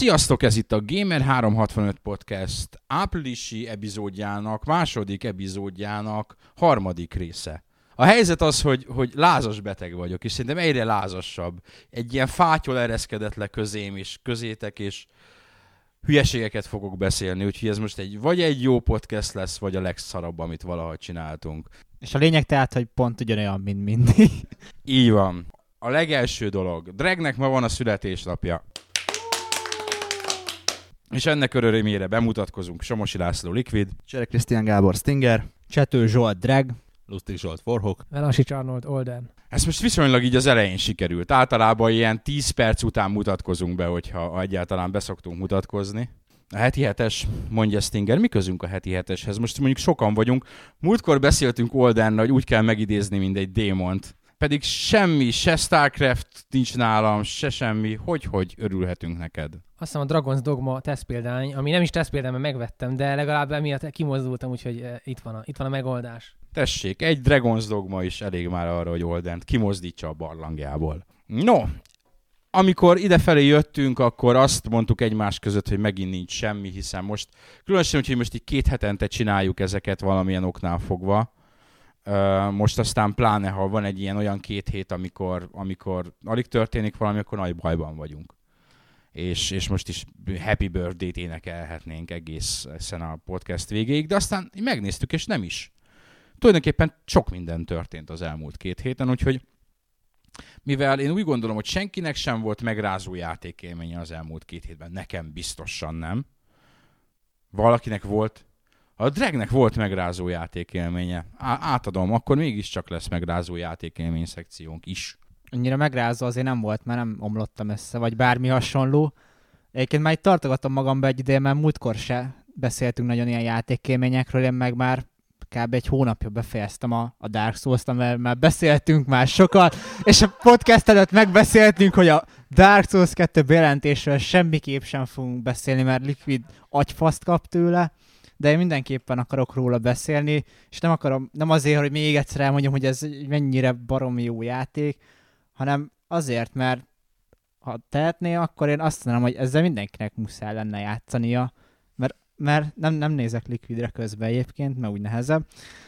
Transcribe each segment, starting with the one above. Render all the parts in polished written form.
Sziasztok, ez itt a Gamer365 Podcast áprilisi epizódjának, második epizódjának harmadik része. A helyzet az, hogy lázas beteg vagyok, és szerintem egyre lázasabb. Egy ilyen fátyol ereszkedett le közém és közétek, és hülyeségeket fogok beszélni, úgyhogy ez most vagy egy jó podcast lesz, vagy a legszarabb, amit valaha csináltunk. És a lényeg tehát, hogy pont ugyanolyan, mint mindig. Így van. A legelső dolog. Dragnek ma van a születésnapja. És ennek örömére bemutatkozunk. Somosi László Liquid. Csere Krisztián Gábor Stinger. Csető Zsolt Drag. Lustig Zsolt Forhok. Velasics Arnold Olden. Ez most viszonylag így az elején sikerült. Általában ilyen 10 perc után mutatkozunk be, hogyha egyáltalán beszoktunk mutatkozni. A heti hetes, mondja Stinger, mi közünk a heti heteshez? Most mondjuk sokan vagyunk. Múltkor beszéltünk Oldennal, hogy úgy kell megidézni, mint egy démont. Pedig semmi, se Starcraft nincs nálam, se semmi. Hogy örülhetünk neked? Azt hiszem a Dragon's Dogma tesztpéldány, ami nem is tesztpéldány, mert megvettem, de legalább emiatt kimozdultam, úgyhogy itt van a megoldás. Tessék, egy Dragon's Dogma is elég már arra, hogy Oldent kimozdítsa a barlangjából. No, amikor idefelé jöttünk, akkor azt mondtuk egymás között, hogy megint nincs semmi, hiszen most, különösen, hogy most így 2 hetente csináljuk ezeket valamilyen oknál fogva. Most aztán pláne, ha van egy ilyen olyan 2 hét, amikor alig történik valami, akkor nagy bajban vagyunk. És most is Happy Birthday-t énekelhetnénk egészen a podcast végéig, de aztán megnéztük, és nem is. Tulajdonképpen sok minden történt az elmúlt 2 héten, úgyhogy mivel én úgy gondolom, hogy senkinek sem volt megrázó játékélménye az elmúlt 2 hétben, nekem biztosan nem. Valakinek volt. A Dragnek volt megrázó játékélménye. Átadom, akkor mégiscsak lesz megrázó játékélmény szekciónk is. Annyira megrázó azért nem volt, mert nem omlottam össze, vagy bármi hasonló. Egyébként már itt tartogatom magamba egy ideje, mert múltkor se beszéltünk nagyon ilyen játékélményekről, én meg már kb. Egy hónapja befejeztem a Dark Souls-t, mert már beszéltünk már sokat, és a podcast előtt megbeszéltünk, hogy a Dark Souls 2 bejelentésről semmiképp sem fogunk beszélni, mert Liquid agyfaszt kap tőle, de én mindenképpen akarok róla beszélni, és nem azért, hogy még egyszer elmondjam, hogy ez mennyire baromi jó játék, hanem azért, mert ha tehetné, akkor én azt mondom, hogy ezzel mindenkinek muszáj lenne játszania, mert nem nézek Liquidre közben egyébként, mert úgy nehezebb.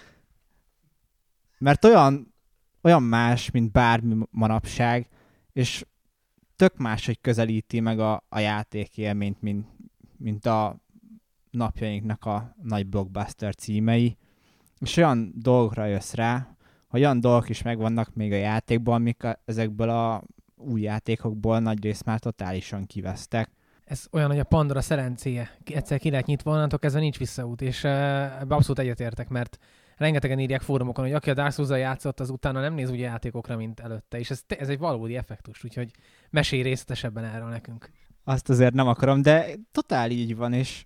Mert olyan más, mint bármi manapság, és tök más, hogy közelíti meg a játékélményt, mint a napjainknak a nagy blockbuster címei. És olyan dolgokra jössz rá, hogy olyan dolgok is megvannak még a játékban, amik ezekből a új játékokból nagyrészt már totálisan kivesztek. Ez olyan, hogy a Pandora szerencéje. Egyszer ki lehet nyitva, onnantól kezdve nincs visszaút, és ebbe abszolút egyetértek, mert rengetegen írják fórumokon, hogy aki a Dark Souls-zal játszott, az utána nem néz úgy a játékokra, mint előtte, és ez egy valódi effektus, úgyhogy mesélj részletesebben erről nekünk. Azt azért nem akarom, de totál így van, és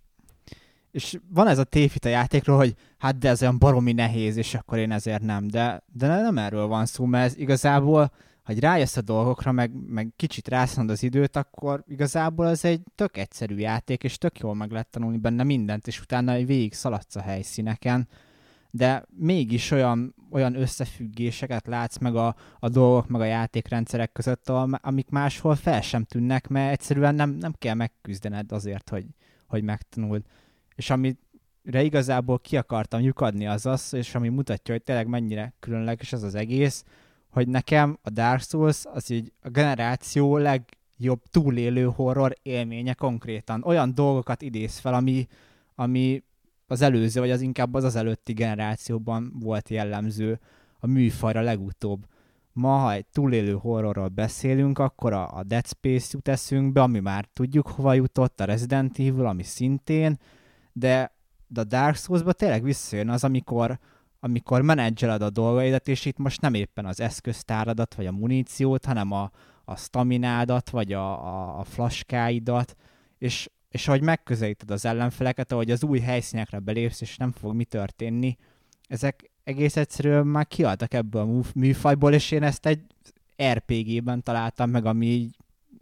van ez a tévhit a játékról, hogy hát de ez olyan baromi nehéz, és akkor én ezért nem, de nem erről van szó, mert ez igazából, hogy rájössz a dolgokra, meg kicsit rászánod az időt, akkor igazából ez egy tök egyszerű játék, és tök jól meg lehet tanulni benne mindent, és utána végig szaladsz a helyszíneken, de mégis olyan összefüggéseket látsz meg a dolgok, meg a játékrendszerek között, amik máshol fel sem tűnnek, mert egyszerűen nem kell megküzdened azért, hogy megtanuld. És amire igazából ki akartam lyukadni az, és ami mutatja, hogy tényleg mennyire különleges ez az egész, hogy nekem a Dark Souls az így a generáció legjobb túlélő horror élménye konkrétan. Olyan dolgokat idéz fel, ami az előző, vagy az inkább az előtti generációban volt jellemző a műfajra legutóbb. Ma, ha egy túlélő horrorról beszélünk, akkor a Dead Space jut eszünkbe, ami már tudjuk hova jutott, a Resident Evil, ami szintén, de a Dark Souls-ba tényleg visszajön az, amikor menedzseled a dolgaidat, és itt most nem éppen az eszköztáradat, vagy a muníciót, hanem a staminádat, vagy a flaskáidat, és ahogy megközelíted az ellenfeleket, ahogy az új helyszínekre belépsz, és nem fog mi történni, ezek egész egyszerűen már kiadtak ebből a műfajból, és én ezt egy RPG-ben találtam meg, ami így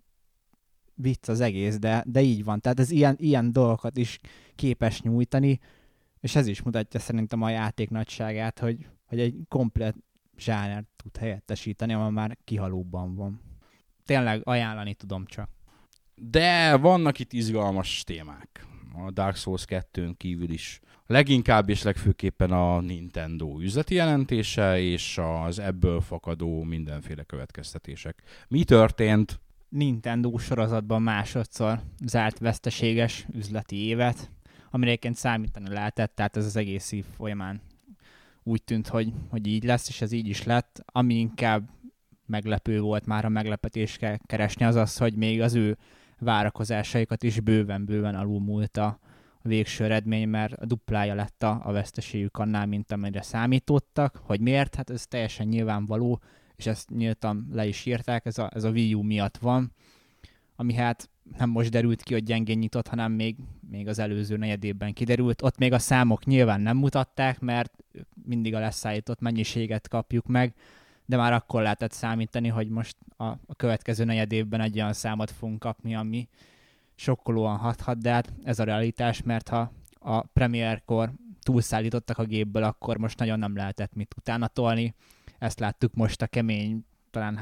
vicc az egész, de így van. Tehát ez ilyen dolgokat is képes nyújtani, és ez is mutatja szerintem a játék nagyságát, hogy egy komplet zsánert tud helyettesíteni, ami már kihalóban van. Tényleg ajánlani tudom csak. De vannak itt izgalmas témák. A Dark Souls 2-n kívül is. Leginkább és legfőképpen a Nintendo üzleti jelentése és az ebből fakadó mindenféle következtetések. Mi történt? Nintendo sorozatban másodszor zárt veszteséges üzleti évet, amire egyébként számítani lehetett, tehát ez az egész év folyamán úgy tűnt, hogy így lesz, és ez így is lett. Ami inkább meglepő volt, már a meglepetést kell keresni, az az, hogy még az ő várakozásaikat is bőven alulmúlt a végső eredmény, mert a duplája lett a veszteségük annál, mint amire számítottak. Hogy miért? Hát ez teljesen nyilvánvaló, és ezt nyíltan le is írták, ez a Wii U miatt van, ami hát nem most derült ki, hogy gyengén nyitott, hanem még az előző negyedében kiderült. Ott még a számok nyilván nem mutatták, mert mindig a leszállított mennyiséget kapjuk meg, de már akkor lehetett számítani, hogy most a következő negyedévben egy olyan számot fogunk kapni, ami sokkolóan hathat, de hát ez a realitás, mert ha a premierkor túlszállítottak a gépből, akkor most nagyon nem lehetett mit utána tolni. Ezt láttuk most a kemény, talán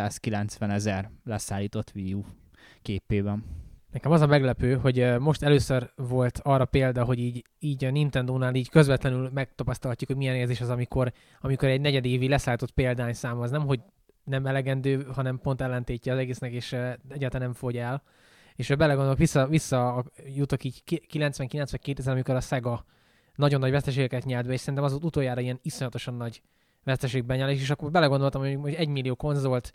390 000 leszállított Wii U képében. Nekem az a meglepő, hogy most először volt arra példa, hogy így a Nintendo-nál így közvetlenül megtapasztalhatjuk, hogy milyen érzés az, amikor egy negyedévi leszállított példányszám az nem, hogy nem elegendő, hanem pont ellentétje az egésznek, és egyáltalán nem fogy el. És ha belegondolok, vissza jutok így 99 vagy 2000, amikor a Sega nagyon nagy veszteségeket nyert be, és szerintem az utoljára ilyen iszonyatosan nagy veszteségben nyel, és akkor belegondoltam, hogy 1 millió konzolt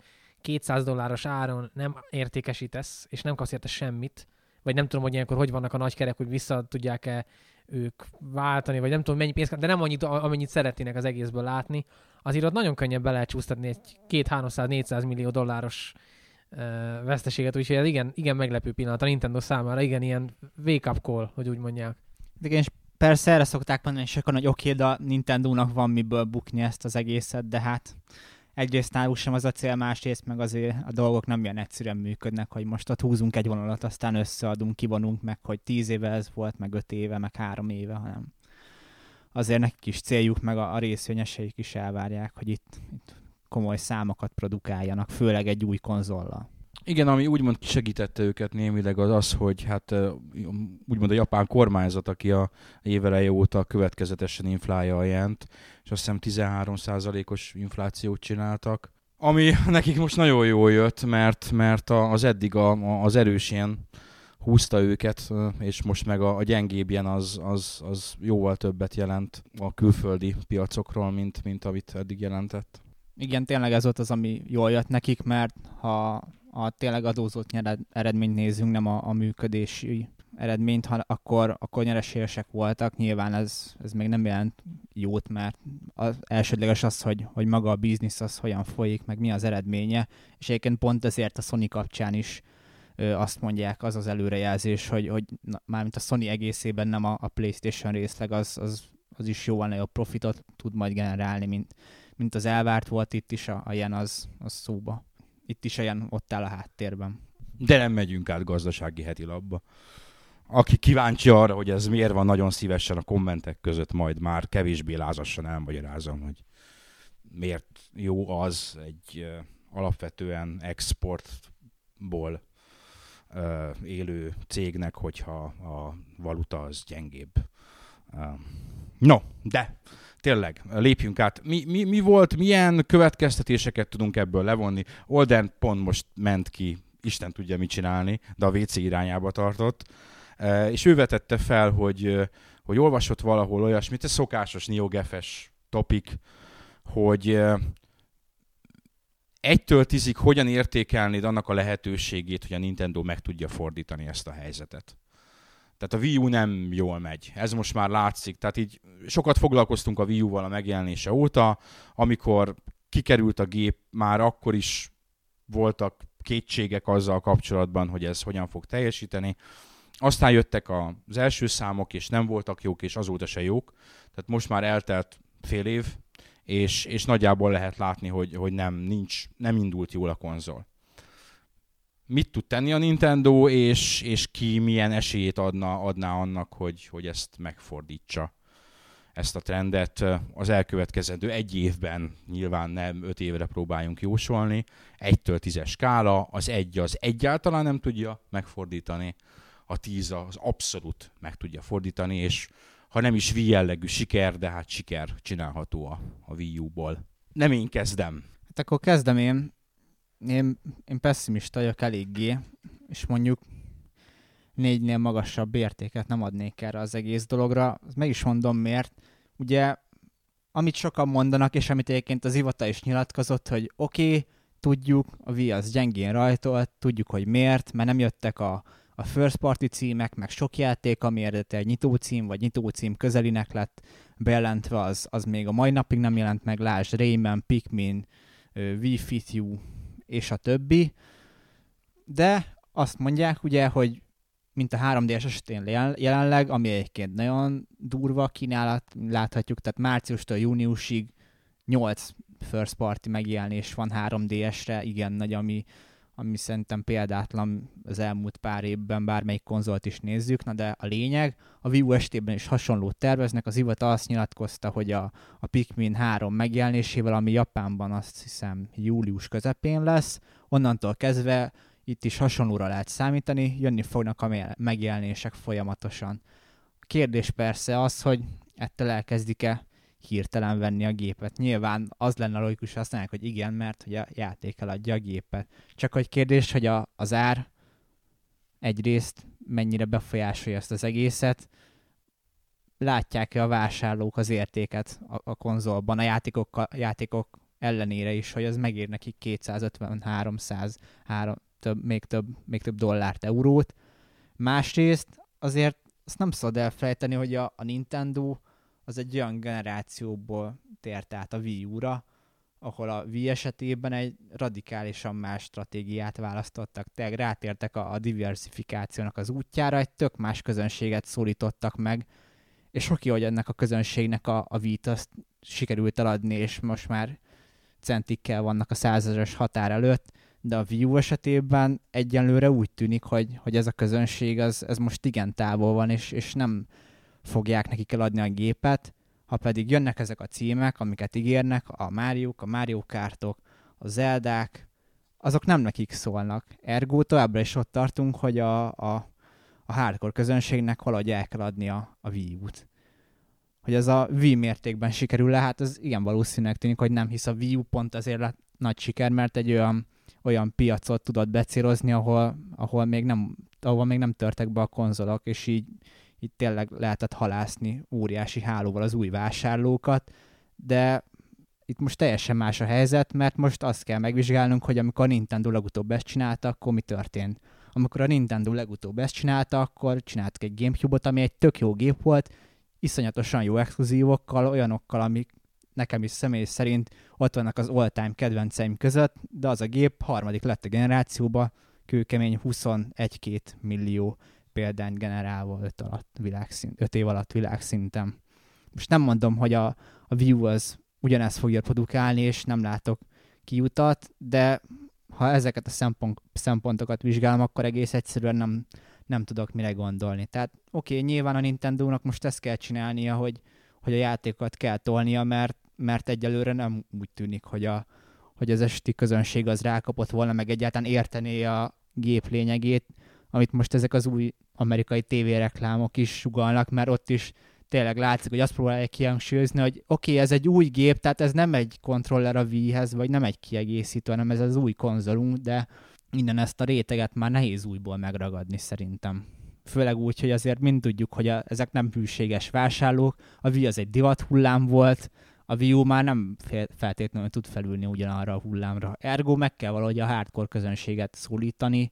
$200 áron nem értékesítesz, és nem kapsz érte semmit, vagy nem tudom, hogy ilyenkor hogy vannak a nagy kerek, hogy vissza tudják-e ők váltani, vagy nem tudom mennyi pénzt, de nem annyit, amennyit szeretnének az egészből látni. Azért ott nagyon könnyen be lehet csúsztatni egy 200-300-400 millió dolláros veszteséget, úgyhogy ez igen meglepő pillanat a Nintendo számára, igen ilyen wake-up call, hogy úgy mondják. Igen, és persze erre szokták mondani sokan, hogy oké, de a Nintendónak van miből bukni ezt az egészet, de hát egyrészt náluk sem az a cél, másrészt meg azért a dolgok nem ilyen egyszerűen működnek, hogy most ott húzunk egy vonalat, aztán összeadunk, kivonunk meg, hogy 10 éve ez volt, meg 5 éve, meg 3 éve, hanem azért nekik is céljuk, meg a részvényeseik is elvárják, hogy itt komoly számokat produkáljanak, főleg egy új konzollal. Igen, ami úgymond segítette őket némileg az, hogy hát úgymond a japán kormányzat, aki a éveleje óta következetesen inflálja a jent, és azt hiszem 13%-os inflációt csináltak, ami nekik most nagyon jól jött, mert az eddig az erős jen húzta őket, és most meg a gyengébb jen az jóval többet jelent a külföldi piacokról, mint amit eddig jelentett. Igen, tényleg ez volt az, ami jól jött nekik, mert ha tényleg adózott eredményt nézzünk, nem a működési eredményt, akkor nyereségesek voltak. Nyilván ez még nem jelent jót, mert az elsődleges az, hogy maga a biznisz az hogyan folyik, meg mi az eredménye, és egyébként pont ezért a Sony kapcsán is azt mondják, az előrejelzés, hogy mármint a Sony egészében nem a PlayStation részleg, az is jóval nagyobb profitot tud majd generálni, mint az elvárt volt. Itt is a jen az szóba. Itt is olyan ott áll a háttérben. De nem megyünk át gazdasági hetilapba. Aki kíváncsi arra, hogy ez miért van, nagyon szívesen a kommentek között majd már kevésbé lázassan elmagyarázom, hogy miért jó az egy alapvetően exportból élő cégnek, hogyha a valuta az gyengébb. No, de tényleg, lépjünk át. Mi volt, milyen következtetéseket tudunk ebből levonni? Olden pont most ment ki, Isten tudja mit csinálni, de a WC irányába tartott, és ő vetette fel, hogy olvasott valahol olyasmit, ez szokásos NeoGAF-es topik, hogy 1-től 10-ig hogyan értékelnéd annak a lehetőségét, hogy a Nintendo meg tudja fordítani ezt a helyzetet. Tehát a Wii U nem jól megy. Ez most már látszik. Tehát így sokat foglalkoztunk a Wii U-val a megjelenése óta. Amikor kikerült a gép, már akkor is voltak kétségek azzal kapcsolatban, hogy ez hogyan fog teljesíteni. Aztán jöttek az első számok, és nem voltak jók, és azóta se jók. Tehát most már eltelt fél év, és nagyjából lehet látni, hogy nem indult jól a konzol. Mit tud tenni a Nintendo, és ki milyen esélyét adná annak, hogy ezt megfordítsa. ezt a trendet az elkövetkezendő 1 évben, nyilván nem 5 évre próbáljunk jósolni, 1-től 10-es skála, az 1 az egyáltalán nem tudja megfordítani, a 10 az abszolút meg tudja fordítani, és ha nem is Wii jellegű siker, de hát siker csinálható a Wii U-ból. Nem én kezdem. Hát akkor kezdem én. Én pessimista vagyok eléggé, és mondjuk 4-nél magasabb értéket nem adnék erre az egész dologra. Meg is mondom miért. Ugye, amit sokan mondanak, és amit egyébként az Iwata is nyilatkozott, hogy oké, tudjuk, a Wii az gyengén rajtolt, tudjuk, hogy miért, mert nem jöttek a first party címek, meg sok játék, ami eredetileg nyitócím, vagy nyitócím közelinek lett bejelentve, az még a mai napig nem jelent meg, lásd Rayman, Pikmin, Wii Fit U, és a többi. De azt mondják ugye, hogy mint a 3DS esetén jelenleg, ami egyébként nagyon durva kínálat, láthatjuk, tehát márciustól júniusig 8 first party megjelenés van 3DS-re, igen nagy, ami szerintem példátlan az elmúlt pár évben, bármelyik konzolt is nézzük, na de a lényeg, a Wii U esetében is hasonlót terveznek, az Iwata azt nyilatkozta, hogy a Pikmin 3 megjelenésével, ami Japánban azt hiszem július közepén lesz, onnantól kezdve itt is hasonlóra lehet számítani, jönni fognak a megjelenések folyamatosan. A kérdés persze az, hogy ettől elkezdik-e hirtelen venni a gépet. Nyilván az lenne logikus, azt mondják, hogy igen, mert hogy a játék eladja a gépet. Csak hogy kérdés, hogy az ár egyrészt mennyire befolyásolja ezt az egészet, látják-e a vásárlók az értéket a konzolban, a játékok ellenére is, hogy az megér nekik 250-300, még több dollárt, eurót. Másrészt azért azt nem szabad elfelejteni, hogy a Nintendo az egy olyan generációból tért át a Wii U-ra, ahol a Wii esetében egy radikálisan más stratégiát választottak. Tehát rátértek a diversifikációnak az útjára, egy tök más közönséget szólítottak meg, és oké, hogy ennek a közönségnek a Wii-t azt sikerült eladni, és most már centikkel vannak a 100 000-es határ előtt, de a Wii U esetében egyenlőre úgy tűnik, hogy ez a közönség ez most igen távol van, és nem fogják nekik eladni a gépet, ha pedig jönnek ezek a címek, amiket ígérnek, a Máriók, a Mario Kartok, a Zeldák, azok nem nekik szólnak. Ergo továbbra is ott tartunk, hogy a hardcore közönségnek valahogy el kell adni a Wii U-t. Hogy ez a Wii mértékben sikerül le, hát ez igen valószínűleg tűnik, hogy nem, hisz a Wii U pont azért lett nagy siker, mert egy olyan piacot tudott becélozni, ahol még nem törtek be a konzolok, és így tényleg lehetett halászni óriási hálóval az új vásárlókat, de itt most teljesen más a helyzet, mert most azt kell megvizsgálnunk, hogy amikor a Nintendo legutóbb ezt csinálta, akkor mi történt. Amikor a Nintendo legutóbb ezt csinálta, akkor csináltak egy Gamecube-ot, ami egy tök jó gép volt, iszonyatosan jó exkluzívokkal, olyanokkal, amik nekem is személy szerint ott vannak az all-time kedvenceim között, de az a gép harmadik lett a generációba, kőkemény 21-2 millió példányt generálva 5 év alatt világszinten. Most nem mondom, hogy a Wii U az ugyanezt fogja produkálni, és nem látok kiutat, de ha ezeket a szempontokat vizsgálom, akkor egész egyszerűen nem tudok mire gondolni. Tehát oké, nyilván a Nintendónak most ezt kell csinálnia, hogy a játékokat kell tolnia, mert egyelőre nem úgy tűnik, hogy az esti közönség az rákapott volna, meg egyáltalán értené a gép lényegét, amit most ezek az új amerikai tévéreklámok is sugallnak, mert ott is tényleg látszik, hogy azt próbálják kihangsúlyozni, hogy oké, ez egy új gép, tehát ez nem egy kontroller a Wii-hez, vagy nem egy kiegészítő, hanem ez az új konzolunk, de innen ezt a réteget már nehéz újból megragadni szerintem. Főleg úgy, hogy azért mind tudjuk, hogy ezek nem hűséges vásárlók, a Wii az egy divat hullám volt, a Wii U már nem feltétlenül tud felülni ugyanarra a hullámra. Ergo meg kell valahogy a hardcore közönséget szólítani,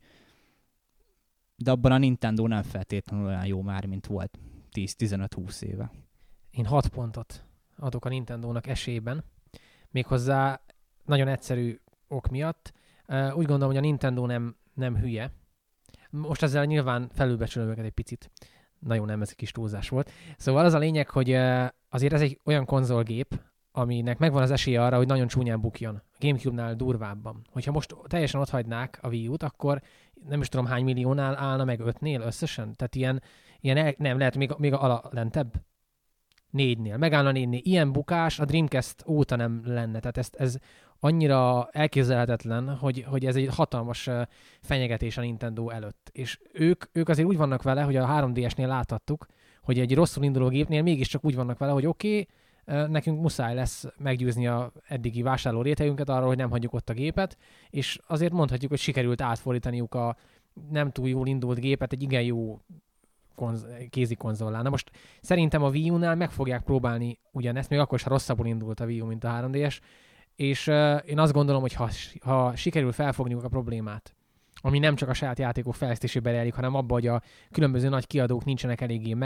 de abban a Nintendo nem feltétlenül olyan jó már, mint volt 10-15-20 éve. Én 6 pontot adok a Nintendónak esélyben, méghozzá nagyon egyszerű ok miatt. Úgy gondolom, hogy a Nintendo nem hülye. Most ezzel nyilván felülbecsülöm őket egy picit. Nagyon nem, ez egy kis túlzás volt. Szóval az a lényeg, hogy azért ez egy olyan konzolgép, aminek megvan az esélye arra, hogy nagyon csúnyán bukjon. A Gamecube-nál durvábban. Hogyha most teljesen otthagynák a Wii U-t, akkor nem is tudom hány milliónál állna meg 5-nél összesen. Tehát ilyen nem lehet még lentebb. 4-nél. Megállna 4-nél. Ilyen bukás a Dreamcast óta nem lenne. Tehát ez annyira elképzelhetetlen, hogy ez egy hatalmas fenyegetés a Nintendo előtt. És ők azért úgy vannak vele, hogy a 3DS-nél láthattuk, hogy egy rosszul induló gépnél mégiscsak úgy vannak vele, hogy oké, nekünk muszáj lesz meggyőzni a eddigi vásárló rétegünket arról, hogy nem hagyjuk ott a gépet, és azért mondhatjuk, hogy sikerült átfordítaniuk a nem túl jól indult gépet egy igen jó kézi konzollá. Na most szerintem a Wii U-nál meg fogják próbálni ugyanezt, még akkor is, ha rosszabbul indult a Wii U, mint a 3DS, és én azt gondolom, hogy ha sikerül felfogniuk a problémát, ami nem csak a saját játékok fejlesztésébe rejlik, hanem abban, hogy a különböző nagy kiadók nincsenek eléggé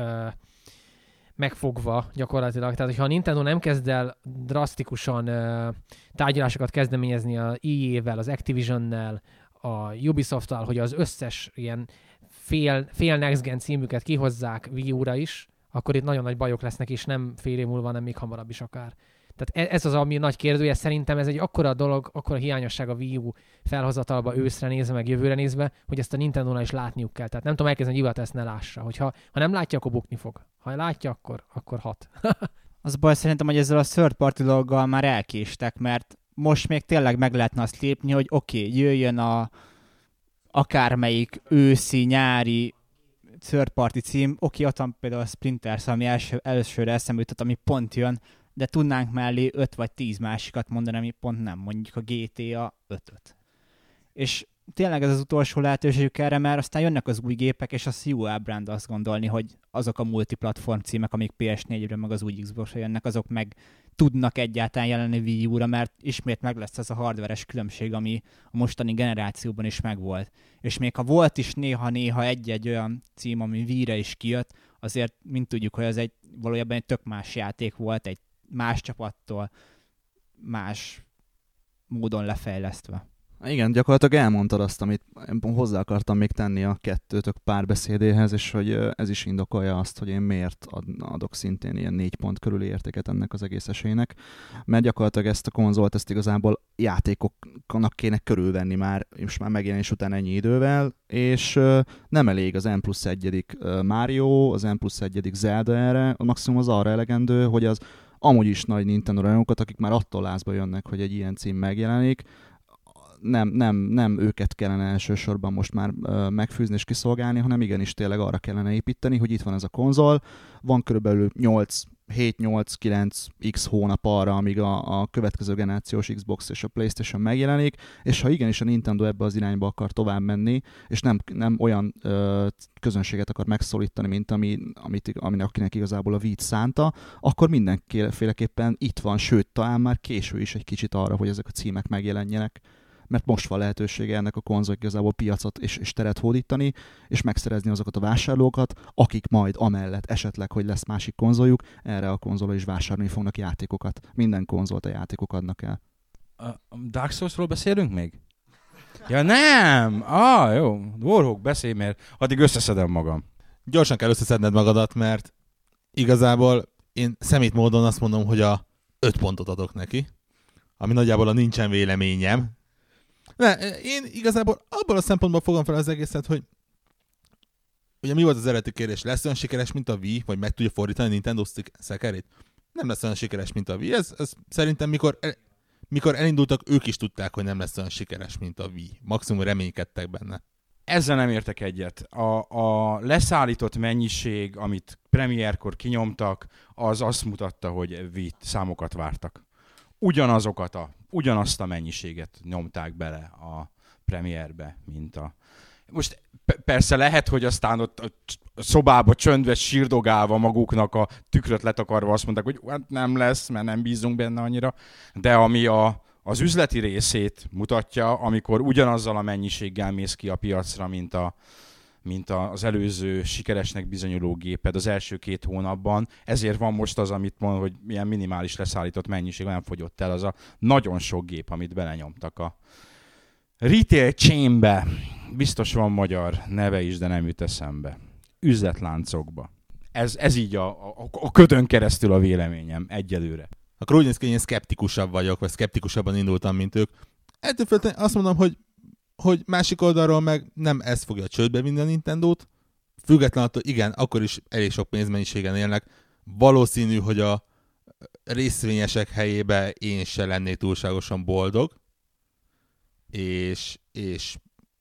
megfogva gyakorlatilag. Tehát, hogyha a Nintendo nem kezd el drasztikusan tárgyalásokat kezdeményezni a EA-vel, az Activision-nel, a Ubisoft-tal, hogy az összes ilyen fél Next Gen címüket kihozzák Wii U-ra is, akkor itt nagyon nagy bajok lesznek, és nem fél év múlva, hanem még hamarabb is akár. Tehát ez az, ami nagy kérdője, szerintem ez egy akkora dolog, akkora hiányosság a Wii U felhozatalba őszre nézve, meg jövőre nézve, hogy ezt a Nintendo-nál is látniuk kell. Tehát nem tudom elkezdeni, hogy Iwata ezt ne lássa. Ha nem látja, akkor bukni fog. Ha látja, akkor hat. Az baj szerintem, hogy ezzel a third party dologgal már elkéstek, mert most még tényleg meg lehetne azt lépni, hogy oké, jöjjön a akármelyik őszi, nyári third party cím, oké, ott van például a Splinter Cell, ami elsőre eszembe jutott, ami pont jön, de tudnánk mellé 5 vagy 10 másikat mondani, ami pont nem, mondjuk a GTA 5-öt. És tényleg ez az utolsó lehetőségük erre, mert aztán jönnek az új gépek, és az jó ábránd azt gondolni, hogy azok a multiplatform címek, amik PS4-re, meg az új Xbox-ra jönnek, azok meg tudnak egyáltalán jelenni Wii U-ra, mert ismét meg lesz ez a hardveres különbség, ami a mostani generációban is megvolt. És még ha volt is néha egy-egy olyan cím, ami Wii-re is kijött, azért mint tudjuk, hogy az valójában egy tök más játék volt, egy más csapattól, más módon lefejlesztve. Igen, gyakorlatilag elmondtad azt, amit hozzá akartam még tenni a kettőtök párbeszédéhez, és hogy ez is indokolja azt, hogy én miért adok szintén ilyen 4 pont körüli értéket ennek az egész esélynek, mert gyakorlatilag ezt a konzolt, ezt igazából játékoknak kéne körülvenni már, most már megjelenés után ennyi idővel, és nem elég az N+1 Mario, az N+1 Zelda erre, a maximum az arra elegendő, hogy az amúgy is nagy Nintendo rajongókat, akik már attól lázba jönnek, hogy egy ilyen cím megjelenik, nem őket kellene elsősorban most már megfűzni és kiszolgálni, hanem igenis tényleg arra kellene építeni, hogy itt van ez a konzol, van körülbelül 7-8-9 x hónap arra, amíg a következő generációs Xbox és a PlayStation megjelenik, és ha igenis a Nintendo ebbe az irányba akar tovább menni, és nem olyan közönséget akar megszólítani, mint akinek igazából a Wii-t szánta, akkor mindenféleképpen itt van, sőt, talán már késő is egy kicsit arra, hogy ezek a címek megjelenjenek, mert most van lehetősége ennek a konzolnak igazából piacot és teret hódítani, és megszerezni azokat a vásárlókat, akik majd amellett esetleg, hogy lesz másik konzoljuk, erre a konzolra is vásárolni fognak játékokat. Minden konzolt a játékok adnak el. Dark Souls-ról beszélünk még? Ja nem! Jó. Warhawk, beszélj, mert addig összeszedem magam. Gyorsan kell összeszedned magadat, mert igazából én szemét módon azt mondom, hogy a 5 pontot adok neki, ami nagyjából a nincsen véleményem. Én igazából abban a szempontból fogom fel az egészet, hogy ugye mi volt az eredeti kérdés? Lesz olyan sikeres, mint a Wii, vagy meg tudja fordítani a Nintendo szekerét? Nem lesz olyan sikeres, mint a Wii. Ez szerintem mikor elindultak, ők is tudták, hogy nem lesz olyan sikeres, mint a Wii. Maximum reménykedtek benne. Ezzel nem értek egyet. A leszállított mennyiség, amit premierkor kinyomtak, az azt mutatta, hogy Wii számokat vártak. Ugyanazt a mennyiséget nyomták bele a premierbe, mint a... Most persze lehet, hogy aztán ott a szobába csöndbe sírdogálva maguknak a tükröt letakarva azt mondták, hogy hát nem lesz, mert nem bízunk benne annyira, de ami az üzleti részét mutatja, amikor ugyanazzal a mennyiséggel mész ki a piacra, mint az előző sikeresnek bizonyuló géped az első 2 hónapban. Ezért van most az, amit mond, hogy milyen minimális leszállított mennyiség, nem fogyott el az a nagyon sok gép, amit belenyomtak a retail chainbe. Biztos van magyar neve is, de nem jut eszembe. Üzletláncokba. Ez így a ködön keresztül a véleményem egyelőre. Akkor úgy néz ki, hogy én szkeptikusabb vagyok, vagy szkeptikusabban indultam, mint ők. Ettől félteni azt mondom, hogy másik oldalról meg nem ez fogja csődbe vinni a Nintendót. Függetlenül attól, igen, akkor is elég sok pénzmennyiségen élnek. valószínű, hogy a részvényesek helyébe én se lennék túlságosan boldog, és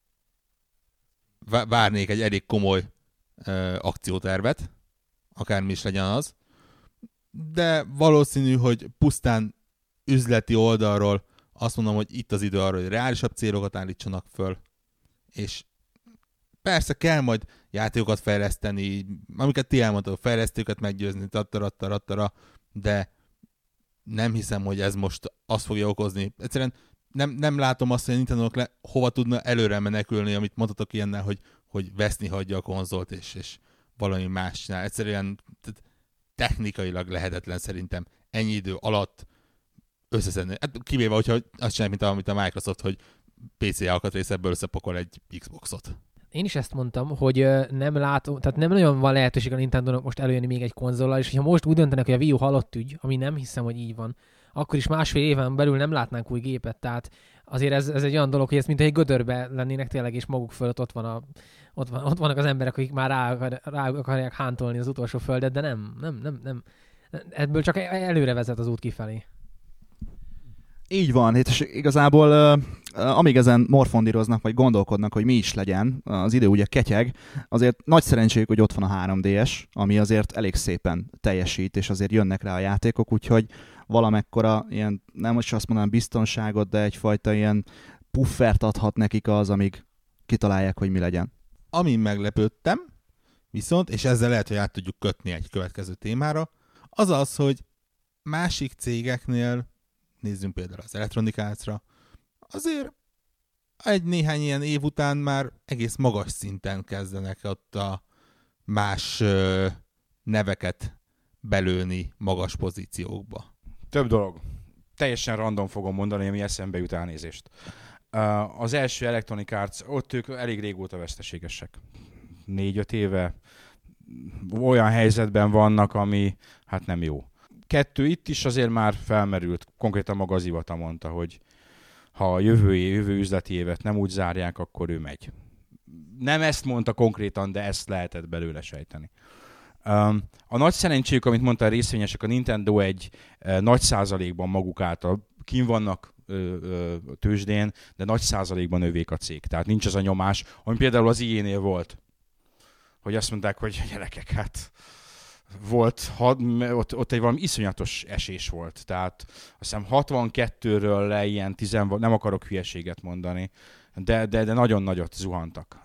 várnék egy elég komoly akciótervet, akármi is legyen az, de valószínű, hogy pusztán üzleti oldalról azt mondom, hogy itt az idő arra, hogy reálisabb célokat állítsanak föl, és persze kell majd játékokat fejleszteni, amiket ti elmondtok, fejlesztőket meggyőzni, tattara, de nem hiszem, hogy ez most azt fogja okozni. Egyszerűen nem látom azt, hogy a Nintendo hova tudna előre menekülni, amit mondhatok ilyennel, hogy veszni hagyja a konzolt, és valami más csinál. Egyszerűen technikailag lehetetlen szerintem ennyi idő alatt összeszedni. Hát kivéve, hogyha azt csinálják, mint a Microsoft, hogy PC alkatrészekből összepakol egy Xboxot. Én is ezt mondtam, hogy nem látom, tehát nem nagyon van lehetőség a Nintendo-nak most előjönni még egy konzollal, és hogyha most úgy döntenek, hogy a Wii U halott ügy, ami nem hiszem, hogy így van, akkor is másfél éven belül nem látnánk új gépet, tehát azért ez egy olyan dolog, hogy ez mint egy gödörbe lennének tényleg, és maguk fölött ott vannak az emberek, akik már rá akarják hántolni az utolsó földet, de nem. Ebből csak előre vezet az út kifelé. Így van, és igazából amíg ezen morfondíroznak, vagy gondolkodnak, hogy mi is legyen, az idő ugye ketyeg, azért nagy szerencséjük, hogy ott van a 3DS, ami azért elég szépen teljesít, és azért jönnek rá a játékok, úgyhogy valamekkora ilyen, nem most azt mondanám biztonságot, de egyfajta ilyen puffert adhat nekik az, amíg kitalálják, hogy mi legyen. Amin meglepődtem, viszont, és ezzel lehet, hogy át tudjuk kötni egy következő témára, az az, hogy másik cégeknél, nézzünk például az Electronic Arts-ra, azért néhány ilyen év után már egész magas szinten kezdenek ott a más neveket belőni magas pozíciókba. Több dolog. Teljesen random fogom mondani, ami eszembe jut, elnézést. Az első Electronic Arts, ott ők elég régóta veszteségesek. 4-5 éve olyan helyzetben vannak, ami hát nem jó. 2, itt is azért már felmerült, konkrétan maga az Iwata mondta, hogy ha a jövő üzleti évet nem úgy zárják, akkor ő megy. Nem ezt mondta konkrétan, de ezt lehetett belőle sejteni. A nagy szerencséjük, amit mondta a részvényesek, a Nintendo egy nagy százalékban maguk által kín vannak tőzsdén, de nagy százalékban övék a cég. Tehát nincs az a nyomás, ami például az EA-nél volt, hogy azt mondták, hogy gyerekek, hát volt, ott egy valami iszonyatos esés volt. Tehát azt hiszem 62-ről le ilyen 10, nem akarok hülyeséget mondani, de nagyon nagyot zuhantak.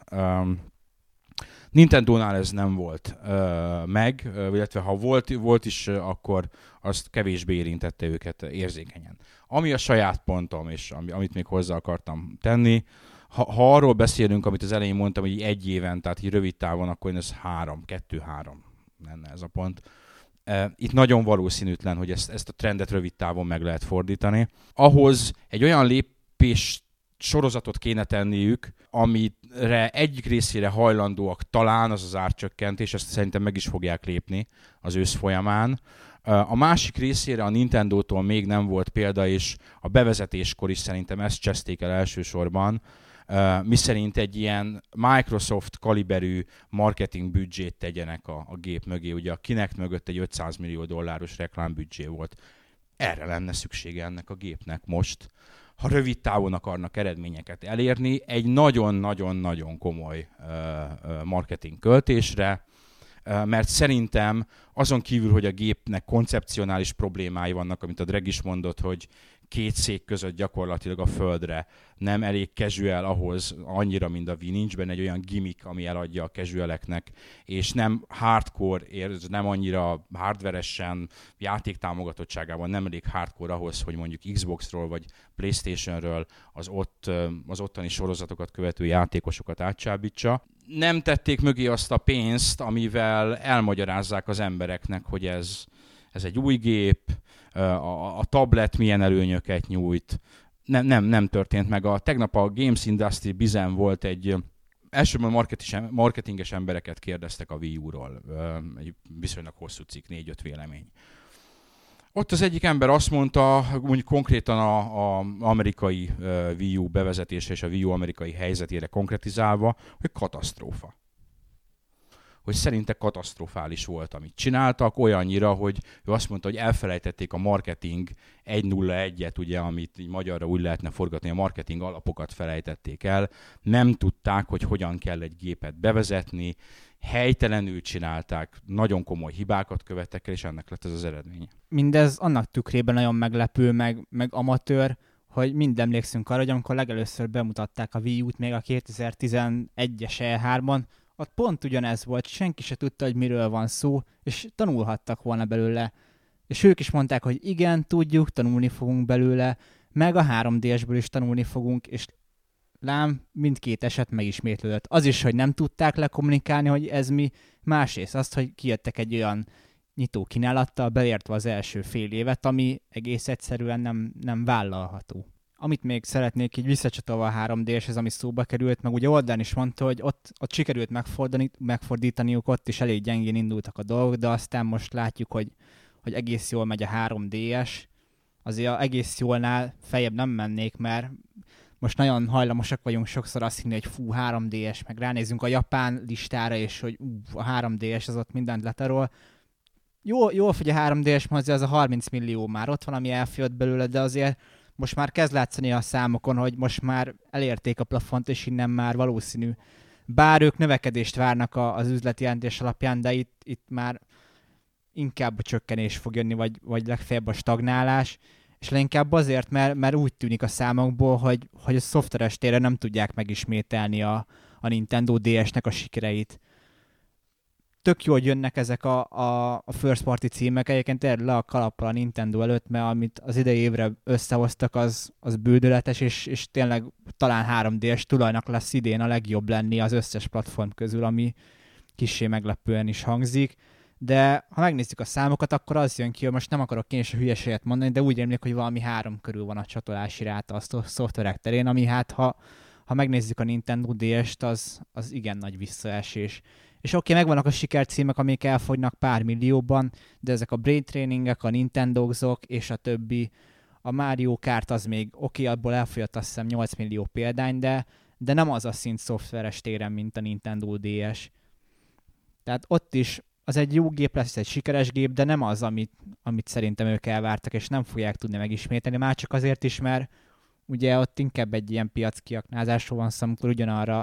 Nintendónál ez nem volt meg, illetve ha volt is, akkor azt kevésbé érintette őket érzékenyen. Ami a saját pontom, és amit még hozzá akartam tenni, ha arról beszélünk, amit az elején mondtam, hogy egy éven, tehát így rövid távon, akkor ez 2-3 lenne ez a pont. Itt nagyon valószínűtlen, hogy ezt a trendet rövid távon meg lehet fordítani. Ahhoz egy olyan lépés sorozatot kéne tenniük, amire egyik részére hajlandóak talán az árcsökkentés, ezt szerintem meg is fogják lépni az ősz folyamán. A másik részére a Nintendótól még nem volt példa, és a bevezetéskor is szerintem ezt cseszték el elsősorban, miszerint egy ilyen Microsoft kaliberű marketing büdzsét tegyenek a gép mögé. Ugye a Kinect mögött egy $500 millió reklámbüdzsé volt. Erre lenne szüksége ennek a gépnek most, ha rövid távon akarnak eredményeket elérni, egy nagyon-nagyon-nagyon komoly marketing költésre, mert szerintem azon kívül, hogy a gépnek koncepcionális problémái vannak, amit a Dreg is mondott, hogy 2 szék között gyakorlatilag a földre nem elég casual ahhoz annyira, mint a Wii, nincs benne egy olyan gimmick, ami eladja a casualeknek, és nem hardcore, nem annyira hardveresen, játéktámogatottságában nem elég hardcore ahhoz, hogy mondjuk Xboxról vagy PlayStationről az ottani sorozatokat követő játékosokat átcsábítsa. Nem tették mögé azt a pénzt, amivel elmagyarázzák az embereknek, hogy ez egy új gép, a tablet milyen előnyöket nyújt. Nem történt meg. Tegnap a Games Industry Bizen volt elsőben marketinges embereket kérdeztek a Wii U-ról. Egy viszonylag hosszú cikk, 4-5 vélemény. Ott az egyik ember azt mondta, mondjuk konkrétan az amerikai Wii U bevezetése és a Wii U amerikai helyzetére konkretizálva, hogy katasztrófa. hogy szerinte katasztrofális volt, amit csináltak, olyannyira, hogy ő azt mondta, hogy elfelejtették a marketing 101-et, ugye, amit így magyarra úgy lehetne forgatni, a marketing alapokat felejtették el, nem tudták, hogy hogyan kell egy gépet bevezetni, helytelenül csinálták, nagyon komoly hibákat követtek el, és ennek lett ez az eredmény. Mindez annak tükrében nagyon meglepő, meg amatőr, hogy mind emlékszünk arra, hogy amikor legelőször bemutatták a Wii U-t még a 2011-es E3-on, ott pont ugyanez volt, senki se tudta, hogy miről van szó, és tanulhattak volna belőle. És ők is mondták, hogy igen, tudjuk, tanulni fogunk belőle, meg a 3DS-ből is tanulni fogunk, és lám, mindkét eset megismétlődött. Az is, hogy nem tudták lekommunikálni, hogy ez mi, másrészt azt, hogy kijöttek egy olyan nyitó kínálattal, beleértve az első fél évet, ami egész egyszerűen nem vállalható. Amit még szeretnék így visszacsatolva a 3D-es, ami szóba került, meg ugye Oldán is mondta, hogy ott sikerült megfordítaniuk, ott is elég gyengén indultak a dolgok, de aztán most látjuk, hogy egész jól megy a 3DS. Azért egész jólnál feljebb nem mennék, mert most nagyon hajlamosak vagyunk sokszor azt hinni, hogy fú, 3DS, meg ránézünk a japán listára, és hogy a 3DS az ott mindent letarol. Jól fogy a 3DS, mert azért az a 30 millió már ott van, ami elfjött belőle, de azért most már kezd látszani a számokon, hogy most már elérték a plafont, és innen már valószínű. Bár ők növekedést várnak az üzleti jelentés alapján, de itt már inkább a csökkenés fog jönni, vagy legfeljebb a stagnálás, és leginkább azért, mert úgy tűnik a számokból, hogy a szoftveres téren nem tudják megismételni a Nintendo DS-nek a sikereit. Tök jól jönnek ezek a first party címek, egyébként erről le a kalappal a Nintendo előtt, mert amit az idei évre összehoztak, az bődöletes, és tényleg talán 3DS tulajnak lesz idén a legjobb lenni az összes platform közül, ami kissé meglepően is hangzik. De ha megnézzük a számokat, akkor az jön ki, hogy most nem akarok én is a hülyeséget mondani, de úgy rémlik, hogy valami 3 körül van a csatolási ráta a szoftverek terén, ami hát ha megnézzük a Nintendo DS-t, az igen nagy visszaesés. És oké, megvannak a sikercímek, amik elfogynak pár millióban, de ezek a Brain Trainingek, a Nintendozok és a többi, a Mario Kart az még oké, abból elfogyott azt hiszem 8 millió példány, de nem az a szint szoftveres téren, mint a Nintendo DS. Tehát ott is az egy jó gép lesz, egy sikeres gép, de nem az, amit szerintem ők elvártak, és nem fogják tudni megismételni, már csak azért is, mert ugye ott inkább egy ilyen piackiaknázásról van szó, amikor ugyanarra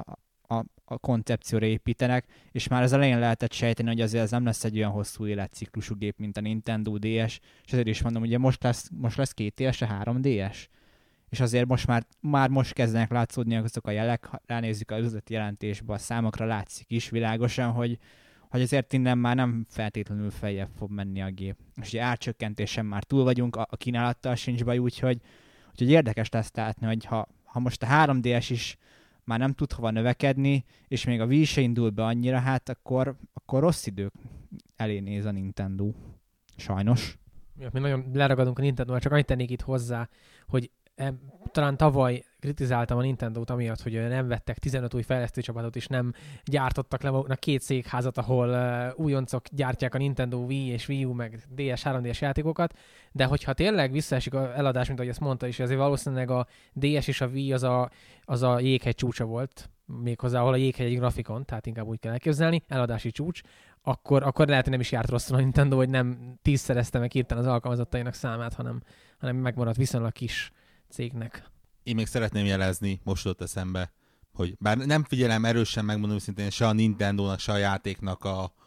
a koncepcióra építenek, és már az elején lehetett sejteni, hogy azért ez nem lesz egy olyan hosszú életciklusú gép, mint a Nintendo DS, és azért is mondom, ugye most lesz 2 éves a 3DS, és azért most kezdenek látszódni azok a jelek, ha ránézzük az üzleti jelentésbe, a számokra látszik is világosan, hogy azért innen már nem feltétlenül feljebb fog menni a gép. És ugye árcsökkentésen már túl vagyunk, a kínálattal sincs baj, úgyhogy érdekes lesz látni, hogy ha most a 3DS is már nem tud hova növekedni, és még a Wii se indul be annyira, hát akkor rossz idők elé néz a Nintendo. Sajnos. Mi nagyon leragadunk a Nintendo-val, csak annyit tennék itt hozzá, hogy talán tavaly kritizáltam a Nintendo-t amiatt, hogy nem vettek 15 új fejlesztőcsapatot, és nem gyártottak le maguknak 2 székházat, ahol újoncok gyártják a Nintendo Wii és Wii U meg DS, 3DS játékokat, de hogyha tényleg visszaesik az eladás, mint ahogy ezt mondta is, azért valószínűleg a DS és a Wii az a jéghegy csúcsa volt, méghozzá, ahol a jéghegy egy grafikon, tehát inkább úgy kell elképzelni, eladási csúcs, akkor lehet, hogy nem is járt rosszul a Nintendo, hogy nem 10-szerezte meg hirtelen az alkalmazottainak számát, hanem megmaradt viszonylag kis cégnek. Én még szeretném jelezni, most jutott eszembe, hogy bár nem figyelem erősen, megmondom szintén se a Nintendónak, se a játéknak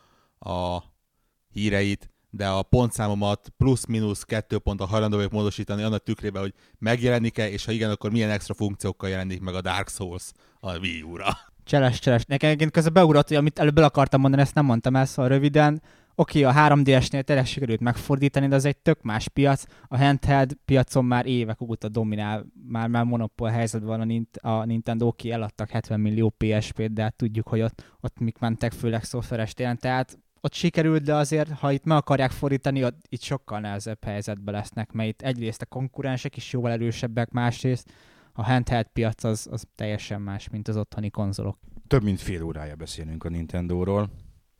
a híreit, de a pontszámomat plusz-minusz 2 pontra hajlandó vagyok módosítani annak tükrében, hogy megjelenik-e, és ha igen, akkor milyen extra funkciókkal jelenik meg a Dark Souls a Wii U-ra. Cseles. Nekem egyébként közben beugrott, hogy amit előbb el akartam mondani, ezt nem mondtam el, szóval röviden. Oké, a 3DS-nél tényleg sikerült megfordítani, de az egy tök más piac. A handheld piacon már évek óta dominál, már monopól helyzetben van a Nintendo, oké, eladtak 70 millió PSP-t, de hát tudjuk, hogy ott mik mentek, főleg szoftveres téren, tehát ott sikerült, de azért, ha itt meg akarják fordítani, itt sokkal nehezebb helyzetben lesznek, mert itt egyrészt a konkurensek is jóval erősebbek, másrészt a handheld piac az teljesen más, mint az otthoni konzolok. Több mint fél órája beszélünk a Nintendóról,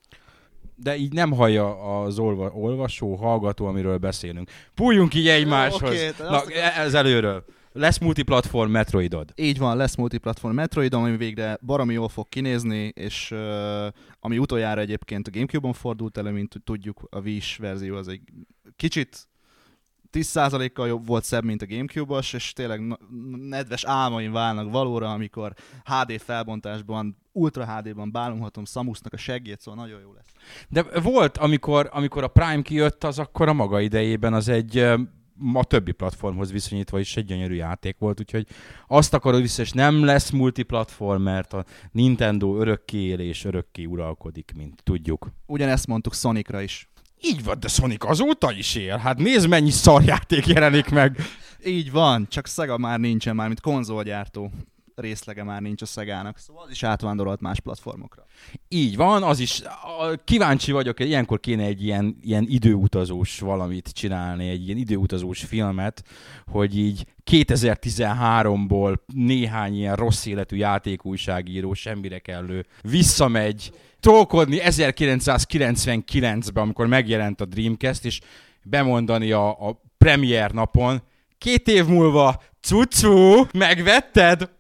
de így nem hallja az olvasó, hallgató, amiről beszélünk. Pújjunk így egymáshoz. Okay, Na, ez előről. Lesz multiplatform Metroidod. Így van, lesz multiplatform Metroid, ami végre baromi jól fog kinézni, és ami utoljára egyébként a Gamecube-on fordult elő, mint tudjuk, a Wii-s verzió az egy kicsit 10%-kal jobb volt szebb, mint a Gamecube-os, és tényleg nedves álmaim válnak valóra, amikor HD felbontásban, Ultra HD-ban bálomhatom Samusnak a seggét, szóval nagyon jó lesz. De volt, amikor a Prime kijött, az akkor a maga idejében az egy a többi platformhoz viszonyítva is egy gyönyörű játék volt, úgyhogy azt akarod vissza, és nem lesz multiplatform, mert a Nintendo örökké él és örökké uralkodik, mint tudjuk. Ugyanezt mondtuk Sonicra is. Így van, de Sonic azóta is él. Hát nézd, mennyi szarjáték jelenik meg. Így van, csak Sega már nincsen, már mint konzolgyártó részlege már nincs a Segának, szóval az is átvándorolt más platformokra. Így van, az is. Kíváncsi vagyok, ilyenkor kéne egy ilyen időutazós valamit csinálni, egy ilyen időutazós filmet, hogy így 2013-ból néhány ilyen rossz életű játékújságíró, semmire kellő, visszamegy trollkodni 1999-ben, amikor megjelent a Dreamcast, és bemondani a premier napon, 2 év múlva, cucu, megvetted?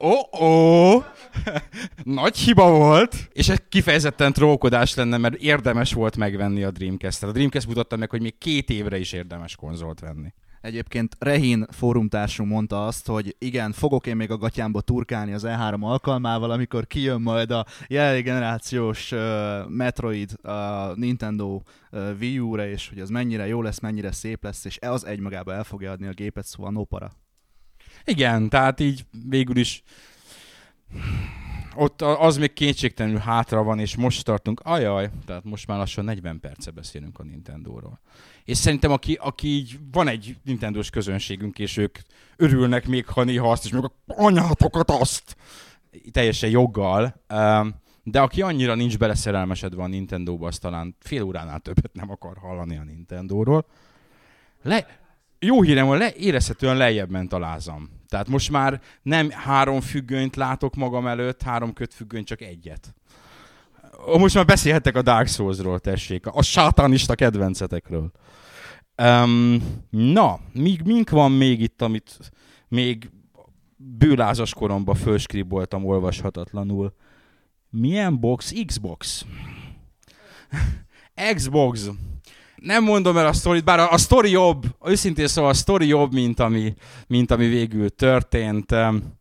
Nagy hiba volt. És ez kifejezetten trollkodás lenne, mert érdemes volt megvenni a Dreamcast-et. A Dreamcast mutatta meg, hogy még 2 évre is érdemes konzolt venni. Egyébként Rehin fórumtársunk mondta azt, hogy igen, fogok én még a gatyámba turkálni az E3 alkalmával, amikor kijön majd a jelenlegi generációs Metroid a Nintendo Wii U-ra, és hogy az mennyire jó lesz, mennyire szép lesz, és az egymagában el fogja adni a gépet, szóval no para. Igen, tehát így végül is ott az még kétségtelenül hátra van, és most tartunk, tehát most már lassan 40 perce beszélünk a Nintendóról. És szerintem aki így van egy Nintendós közönségünk, és ők örülnek még, ha néha azt is, meg anyátokat azt! Teljesen joggal. De aki annyira nincs beleszerelmesedve a Nintendóba, az talán fél óránál többet nem akar hallani a Nintendóról. Jó hírem, hogy érezhetően lejjebb ment a lázam. Tehát most már nem 3 függönyt látok magam előtt, 3 kötfüggönyt, csak egyet. Most már beszélhetek a Dark Souls-ról, tessék, a sátanista kedvencetekről. Na, mink van még itt, amit még bőlázas koromban fölskriboltam olvashatatlanul. Milyen box? Xbox. Xbox. Nem mondom el a sztorit, bár a sztori jobb, őszintén szóval a sztori jobb, mint ami végül történt.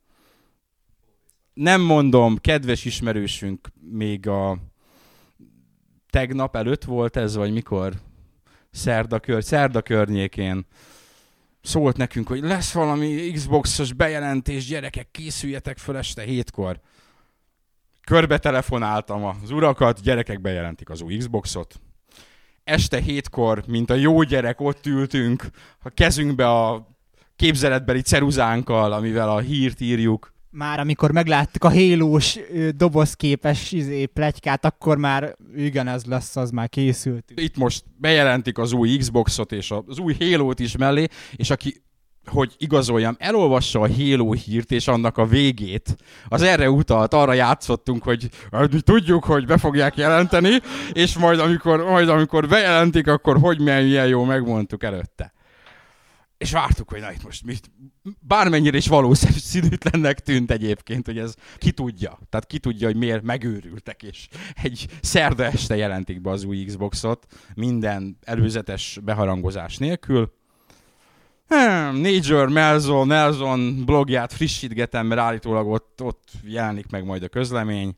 Nem mondom, kedves ismerősünk még a tegnap előtt volt ez, vagy mikor? Szerda környékén szólt nekünk, hogy lesz valami Xbox-os bejelentés, gyerekek, készüljetek föl este 7-kor. Körbe telefonáltam az urakat, gyerekek bejelentik az új Xboxot. Este 7-kor, mint a jó gyerek, ott ültünk a kezünkbe a képzeletbeli ceruzánkkal, amivel a hírt írjuk. Már amikor megláttuk a Halo-s dobozképes pletykát, akkor már igen, ez lesz, az már készült. Itt most bejelentik az új Xboxot és az új Halo-t is mellé, és aki, hogy igazoljam, elolvassa a Halo hírt és annak a végét, az erre utalt, arra játszottunk, hogy mi tudjuk, hogy be fogják jelenteni, és majd amikor bejelentik, akkor hogy milyen jó, megmondtuk előtte. És vártuk, hogy na itt most mit, bármennyire is valószínűtlennek tűnt egyébként, hogy ez ki tudja. Tehát ki tudja, hogy miért megőrültek, és egy szerda este jelentik be az új Xboxot, minden előzetes beharangozás nélkül. Nature Nelson blogját frissítgetem, mert állítólag ott jelenik meg majd a közlemény.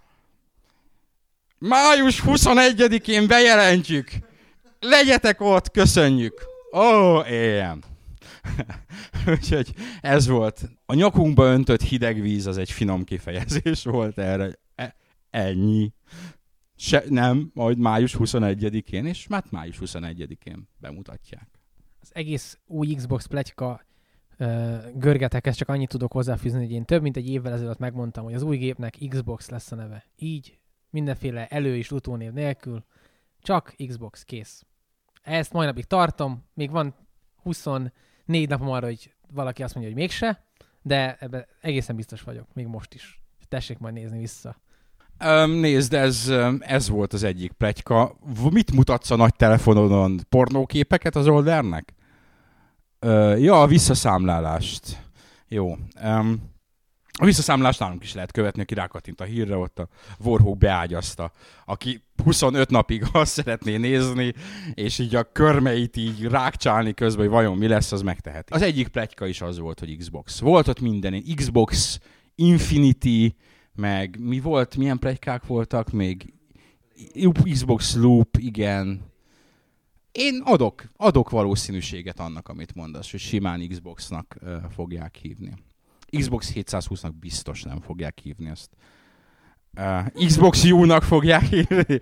Május 21-én bejelentjük! Legyetek ott, köszönjük! Ilyen. Úgyhogy ez volt. A nyakunkba öntött hideg víz az egy finom kifejezés volt erre. Ennyi. Nem, majd május 21-én, és már május 21-én bemutatják. Az egész új Xbox pletyka görgetekhez csak annyit tudok hozzáfűzni, hogy én több mint egy évvel ezelőtt megmondtam, hogy az új gépnek Xbox lesz a neve. Így, mindenféle elő- és utónév nélkül, csak Xbox, kész. Ezt mai napig tartom, még van 24 napom arra, hogy valaki azt mondja, hogy mégse, de ebben egészen biztos vagyok, még most is. Tessék majd nézni vissza. Nézd, ez volt az egyik pletyka. Mit mutatsz a nagy telefonodon? Pornóképeket az Oldernek? Ja, a visszaszámlálást. Jó. A visszaszámlást nálunk is lehet követni, aki rákattint a hírre, ott a Warhawk beágyazta, aki 25 napig azt szeretné nézni, és így a körmeit így rákcsálni közben, hogy vajon mi lesz, az megteheti. Az egyik pletyka is az volt, hogy Xbox. Volt ott minden, Xbox Infinity, meg mi volt, milyen pletykák voltak még? Xbox Loop, igen. Én adok valószínűséget annak, amit mondasz, hogy simán Xboxnak fogják hívni. Xbox 720-nak biztos nem fogják hívni ezt. Xbox U-nak fogják hívni?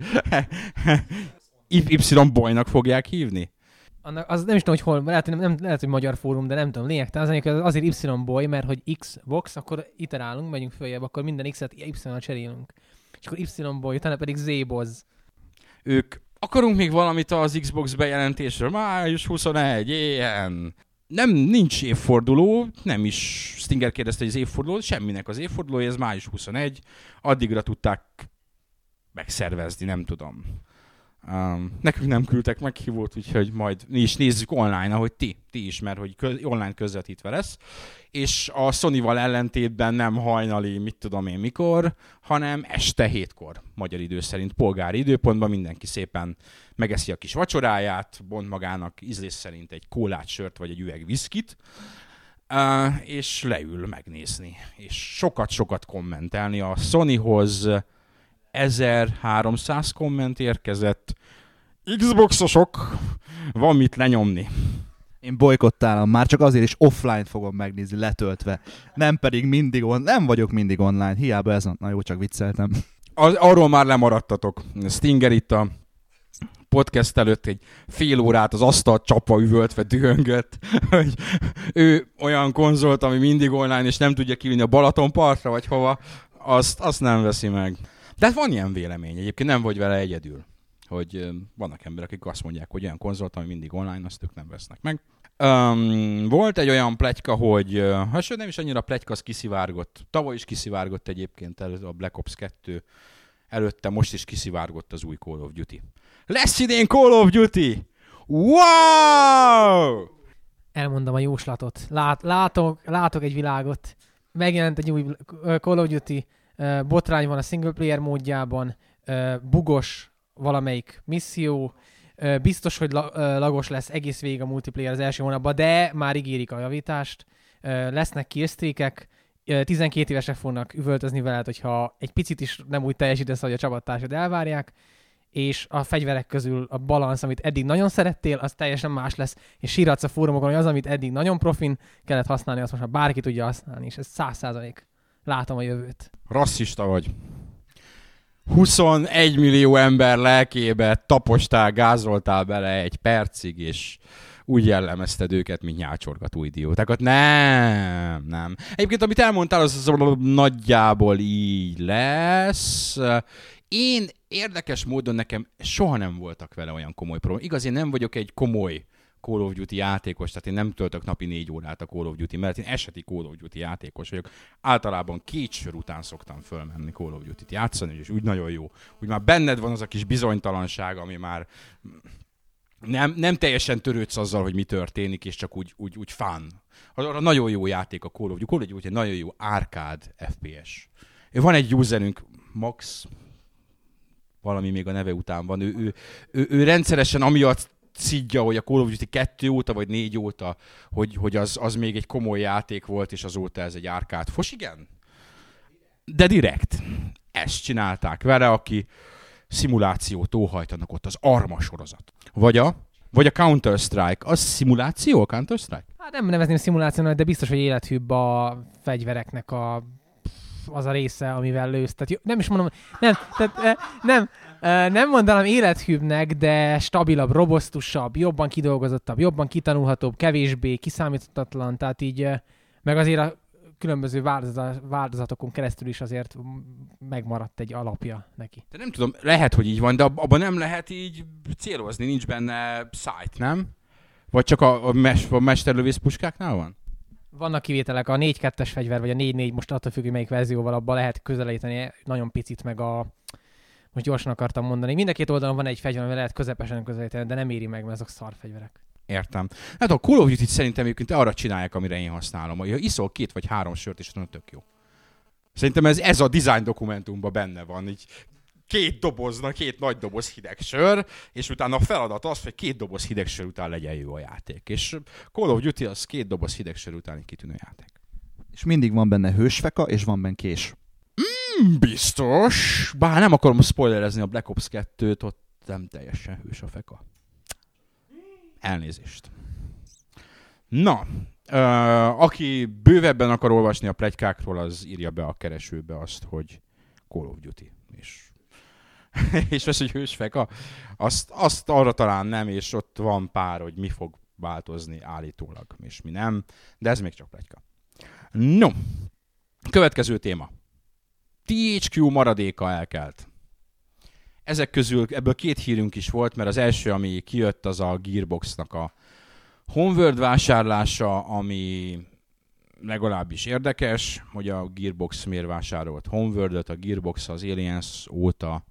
Y-Boy-nak fogják hívni? Az nem is tudom, hogy hol, lehet, hogy magyar fórum, de nem tudom, lényegtelen. Azért Y-Boy, mert hogy Xbox, akkor iterálunk, megyünk följebb, akkor minden X-et Y-nal cserélünk. És akkor Y-Boy, utána pedig Z-Boz. Ők akarunk még valamit az Xbox bejelentésről? Május 21, ilyen. Nincs évforduló, nem is Stinger kérdezte, hogy az évforduló, semminek az évfordulója, ez május 21, addigra tudták megszervezni, nem tudom. Nekünk nem küldtek meghívót, úgyhogy majd mi is nézzük online, ahogy ti is, mert hogy online közvetítve lesz, és a Sony-val ellentétben nem hajnali, mit tudom én mikor, hanem este 7-kor, magyar idő szerint, polgári időpontban mindenki szépen megeszi a kis vacsoráját, bont magának ízlés szerint egy kólát, sört vagy egy üveg viszkit, és leül megnézni, és sokat-sokat kommentelni. A Sonyhoz 1300 komment érkezett. Xboxosok, van mit lenyomni. Én bolykottálom, már csak azért is offline fogom megnézni, letöltve. Nem pedig mindig nem vagyok mindig online. Hiába ez, na jó, csak vicceltem. Arról már lemaradtatok. Stinger itt a podcast előtt egy fél órát az asztalt csapva üvöltve dühöngött, hogy ő olyan konzolt, ami mindig online, és nem tudja kivinni a Balatonpartra, vagy hova, azt nem veszi meg. De hát van ilyen vélemény, egyébként nem vagy vele egyedül, hogy vannak emberek, akik azt mondják, hogy olyan konzolt, ami mindig online, azt ők nem vesznek meg. Volt egy olyan pletyka, hogy sőt nem is annyira pletyka, az kiszivárgott. Tavaly is kiszivárgott egyébként a Black Ops 2 előtte, most is kiszivárgott az új Call of Duty. Lesz idén Call of Duty! Wow! Elmondom a jóslatot. Látok egy világot. Megjelent egy új Call of Duty, botrány van a single player módjában, bugos valamelyik misszió, biztos, hogy lagos lesz egész végig a multiplayer az első hónapban, de már ígérik a javítást, lesznek killstreakek, 12 évesek fognak üvöltözni veled, hogyha egy picit is nem úgy teljesítesz, hogy a csapattársad elvárják, és a fegyverek közül a balansz, amit eddig nagyon szerettél, az teljesen más lesz, és síratsz a fórumokon, hogy az, amit eddig nagyon profin kellett használni, azt most már bárki tudja használni, és ez 100%. Látom a jövőt. Rasszista vagy. 21 millió ember lelkébe tapostál, gázoltál bele egy percig, és úgy jellemezted őket, mint nyálcsorgató idiótákat. Nem. Egyébként, amit elmondtál, az nagyjából így lesz. Én érdekes módon nekem soha nem voltak vele olyan komoly problémák. Igaz, én nem vagyok egy komoly Call of Duty játékos, tehát én nem töltök napi 4 órát a Call of Duty, mert én eseti Call of Duty játékos vagyok. Általában 2 sör után szoktam fölmenni Call of Duty-t játszani, és úgy nagyon jó. Úgy már benned van az a kis bizonytalanság, ami már nem teljesen törődsz azzal, hogy mi történik, és csak úgy fun. Arra nagyon jó játék a Call of Duty. Call of Duty egy nagyon jó arcade FPS. Van egy userünk, Max, valami még a neve után van, ő rendszeresen amiatt szidja, hogy a Call of Duty 2 óta, vagy 4 óta, hogy az még egy komoly játék volt, és azóta ez egy arcade fos, igen. De direkt. Ezt csinálták vele, aki szimulációt óhajtanak ott, az Arma sorozat. Vagy a Counter-Strike. Az szimuláció a Counter-Strike? Hát nem nevezném szimulációnak, de biztos, hogy élethűbb a fegyvereknek az a része, amivel lősz. Tehát nem is mondom, nem mondanám élethűbbnek, de stabilabb, robosztusabb, jobban kidolgozottabb, jobban kitanulhatóbb, kevésbé kiszámíthatatlan, tehát így meg azért a különböző változatokon keresztül is azért megmaradt egy alapja neki. De nem tudom, lehet, hogy így van, de abban nem lehet így célozni, nincs benne sight, nem? Vagy csak a mesterlövész puskáknál van? Vannak kivételek, a 4-2-es fegyver, vagy a 4-4, most attól függ, hogy melyik verzióval, abban lehet közelíteni nagyon picit, meg most gyorsan akartam mondani. Mind a két oldalon van egy fegyver, amivel lehet közepesen közelíteni, de nem éri meg, mert azok szar fegyverek. Értem. Hát a Call of Duty-t szerintem egyébként arra csinálják, amire én használom. Ha iszol 2 vagy 3 sört, és nagyon tök jó. Szerintem ez a design dokumentumban benne van. Így 2 nagy doboz hideg sör, és utána a feladat az, hogy 2 doboz hideg sör után legyen jó a játék. És Call of Duty az 2 doboz hideg sör után egy kitűnő játék. És mindig van benne hősfeka, és van benne kés. Biztos. Bár nem akarom spoilerezni a Black Ops 2-t, ott nem teljesen hős a feka. Elnézést. Na, aki bővebben akar olvasni a pletykákról, az írja be a keresőbe azt, hogy Call of Duty. És az, hogy hősfeka, azt arra talán nem, és ott van pár, hogy mi fog változni állítólag, és mi nem, de ez még csak pletyka. No, következő téma. THQ maradéka elkelt. Ezek közül ebből 2 hírünk is volt, mert az első, ami kijött, az a Gearboxnak a Homeworld vásárlása, ami legalábbis érdekes, hogy a Gearbox miért vásárolt Homeworld-öt, a Gearbox az Aliens óta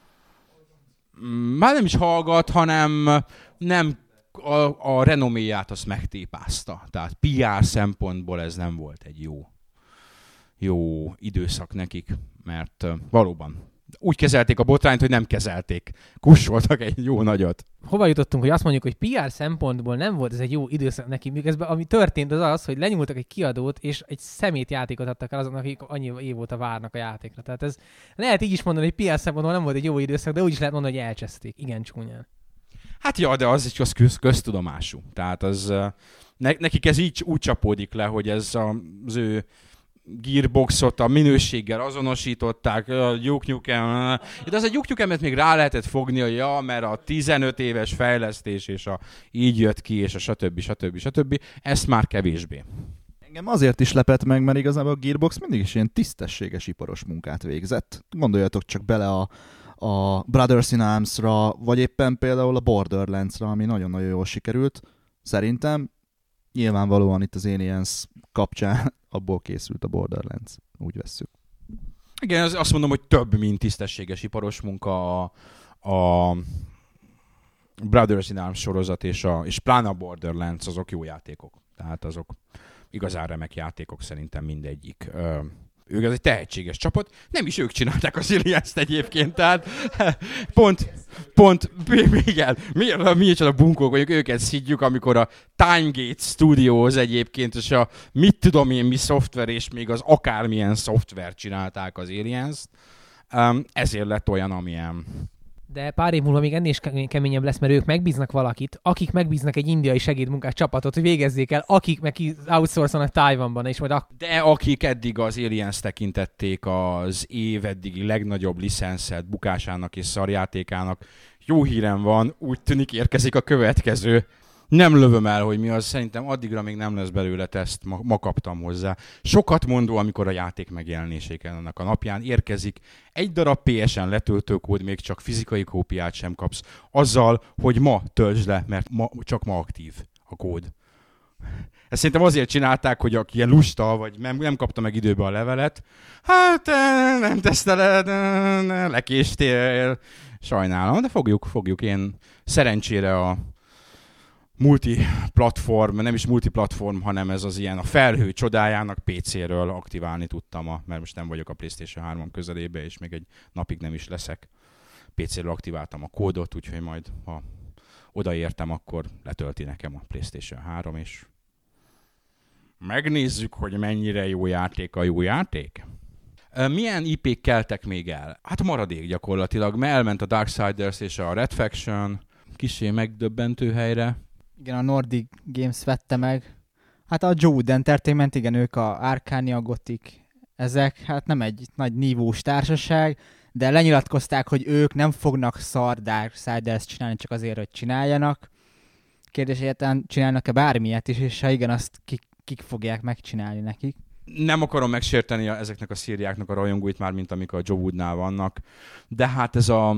már nem is hallgat, hanem nem a renoméját azt megtépázta. Tehát PR szempontból ez nem volt egy jó időszak nekik, mert valóban úgy kezelték a botrányt, hogy nem kezelték. Kussoltak egy jó nagyot. Hova jutottunk, hogy azt mondjuk, hogy PR szempontból nem volt ez egy jó időszak neki, miközben ami történt az, hogy lenyúltak egy kiadót, és egy szemétjátékot adtak el azoknak, akik annyi év óta várnak a játékra. Tehát ez lehet így is mondani, hogy PR szempontból nem volt egy jó időszak, de úgy is lehet mondani, hogy elcseszték. Igen, csúnyán. Hát ja, de az köztudomású. Tehát az, nekik ez így úgy csapódik le, hogy ez az ő Gearboxot a minőséggel azonosították, a Duke Nukem, de az a Duke Nukemet még rá lehetett fogni, hogy ja, mert a 15 éves fejlesztés, és így jött ki, és a stb. Ezt már kevésbé. Engem azért is lepett meg, mert igazából a Gearbox mindig is ilyen tisztességes iparos munkát végzett. Gondoljatok csak bele a Brothers in Arms-ra, vagy éppen például a Borderlands-ra, ami nagyon-nagyon jól sikerült. Szerintem nyilvánvalóan itt az Aliens kapcsán abból készült a Borderlands, úgy vesszük. Igen, azt mondom, hogy több, mint tisztességes iparos munka a Brothers in Arms sorozat, és pláne a Borderlands, azok jó játékok. Tehát azok igazán remek játékok szerintem mindegyik. Ők ez egy tehetséges csapat, nem is ők csinálták az Aliens-t egyébként, tehát pont, igen, miért csak a bunkók vagyunk, őket szidjuk, amikor a Timegate Studios egyébként, és a mit tudom én mi szoftver, és még az akármilyen szoftver csinálták az Aliens-t, ezért lett olyan, amilyen. De pár év múlva még ennél is keményebb lesz, mert ők megbíznak valakit, akik megbíznak egy indiai segédmunkás csapatot, hogy végezzék el, akik meg outsourcolnak Tájvanban, és majd de akik eddig az Aliens tekintették az év eddigi legnagyobb licenszelt bukásának és szarjátékának, jó hírem van, úgy tűnik érkezik a következő. Nem lövöm el, hogy mi az, szerintem addigra még nem lesz belőle teszt, ma kaptam hozzá. Sokat mondó, amikor a játék megjelenéséken annak a napján érkezik. Egy darab PSN letöltőkód, még csak fizikai kópiát sem kapsz, azzal, hogy ma töltsd le, mert csak ma aktív a kód. Ezt szerintem azért csinálták, hogy aki ilyen lusta, vagy nem kapta meg időbe a levelet, hát nem teszteled, lekéstél, sajnálom, de fogjuk. Én szerencsére a multiplatform, nem is multiplatform, hanem ez az ilyen a felhő csodájának PC-ről aktiválni tudtam, mert most nem vagyok a PlayStation 3 közelébe, és még egy napig nem is leszek. PC-ről aktiváltam a kódot, úgyhogy majd, ha odaértem, akkor letölti nekem a PlayStation 3, és megnézzük, hogy mennyire jó játék a jó játék. Milyen IP-k keltek még el? Hát maradék gyakorlatilag, mert elment a Darksiders és a Red Faction, kissé megdöbbentő helyre. Igen, a Nordic Games vette meg. Hát a Jode Entertainment, igen, ők a Arcania, Gothic, ezek, hát nem egy nagy nívós társaság, de lenyilatkozták, hogy ők nem fognak szar Darksiders csinálni csak azért, hogy csináljanak. Kérdés, egyáltalán csinálnak-e bármilyet is, és ha igen, azt kik fogják megcsinálni nekik. Nem akarom megsérteni ezeknek a szériáknak a rajongóit már, mint amik a Joe Woodnál vannak, de hát ez a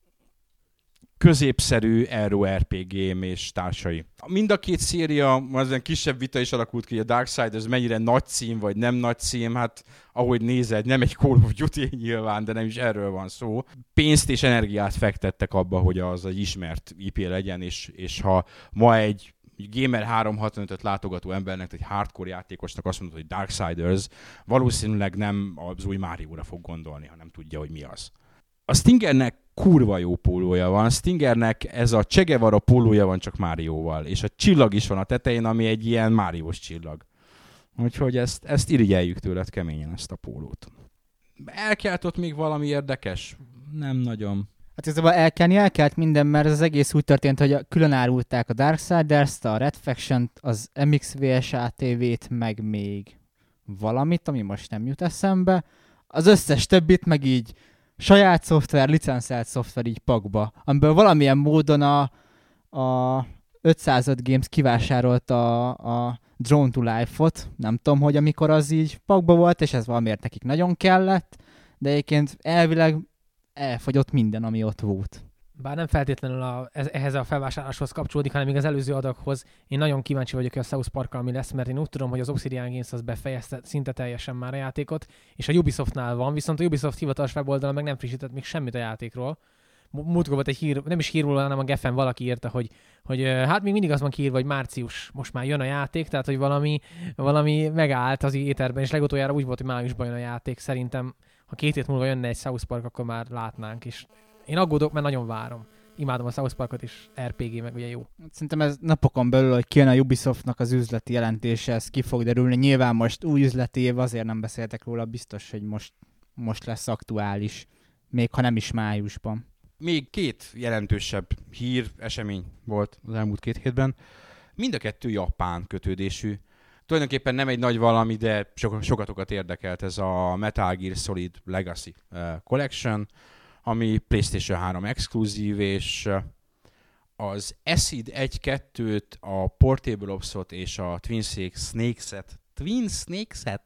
középszerű RPG és társai. Mind a két széria, az egy kisebb vita is alakult ki, hogy a Darksiders mennyire nagy cím, vagy nem nagy cím, hát ahogy nézed, nem egy Call of Duty nyilván, de nem is erről van szó. Pénzt és energiát fektettek abba, hogy az egy ismert IP legyen, és ha ma egy Gamer 365-öt látogató embernek, egy hardcore játékosnak azt mondod, hogy Darksiders, valószínűleg nem az új Mario-ra fog gondolni, hanem tudja, hogy mi az. A Stingernek kurva jó pólója van, Stingernek ez a Che Guevara pólója van csak Márióval, és a csillag is van a tetején, ami egy ilyen Máriós csillag. Úgyhogy ezt irigyeljük tőled keményen, ezt a pólót. Elkeltott még valami érdekes? Nem nagyon. Hát igazából elkelt minden, mert az egész úgy történt, hogy külön árulták a Darksiders-t, a Red Faction-t, az MXVS ATV-t, meg még valamit, ami most nem jut eszembe. Az összes többit meg így saját szoftver, licenszelt szoftver így pakba, amiből valamilyen módon a 505 Games kivásárolta a Drone to Life-ot, nem tudom, hogy amikor az így pakba volt, és ez valamiért nekik nagyon kellett, de egyébként elvileg elfogyott minden, ami ott volt. Bár nem feltétlenül ehhez a felvásárláshoz kapcsolódik, hanem még az előző adaghoz. Én nagyon kíváncsi vagyok, hogy a South Parkkal mi lesz, mert én úgy tudom, hogy az Obsidian Games az befejezte szinte teljesen már a játékot, és a Ubisoftnál van, viszont a Ubisoft hivatalos weboldalon meg nem frissített még semmit a játékról. Múltkor volt egy hír, nem is hírról, hanem a Geffen valaki írta, hogy hát még mindig az van kiírva, hogy március most már jön a játék, tehát hogy valami megállt az éterben, és legutoljára úgy volt, hogy májusban jön a játék. Szerintem, ha 2 hét múlva jönne egy South Park, akkor már látnánk, és én aggódok, mert nagyon várom. Imádom a South Parkot is, RPG meg ugye jó. Szerintem ez napokon belül, hogy kijön a Ubisoftnak az üzleti jelentése, ez ki fog derülni. Nyilván most új üzleti év, azért nem beszéltek róla, biztos, hogy most lesz aktuális, még ha nem is májusban. Még 2 jelentősebb esemény volt az elmúlt 2 hétben. Mind a 2 japán kötődésű. Tulajdonképpen nem egy nagy valami, de sokatokat érdekelt ez a Metal Gear Solid Legacy Collection, ami PlayStation 3 exkluzív, és az Acid 1-2-t, a Portable Ops-ot és a Twin Snakes-et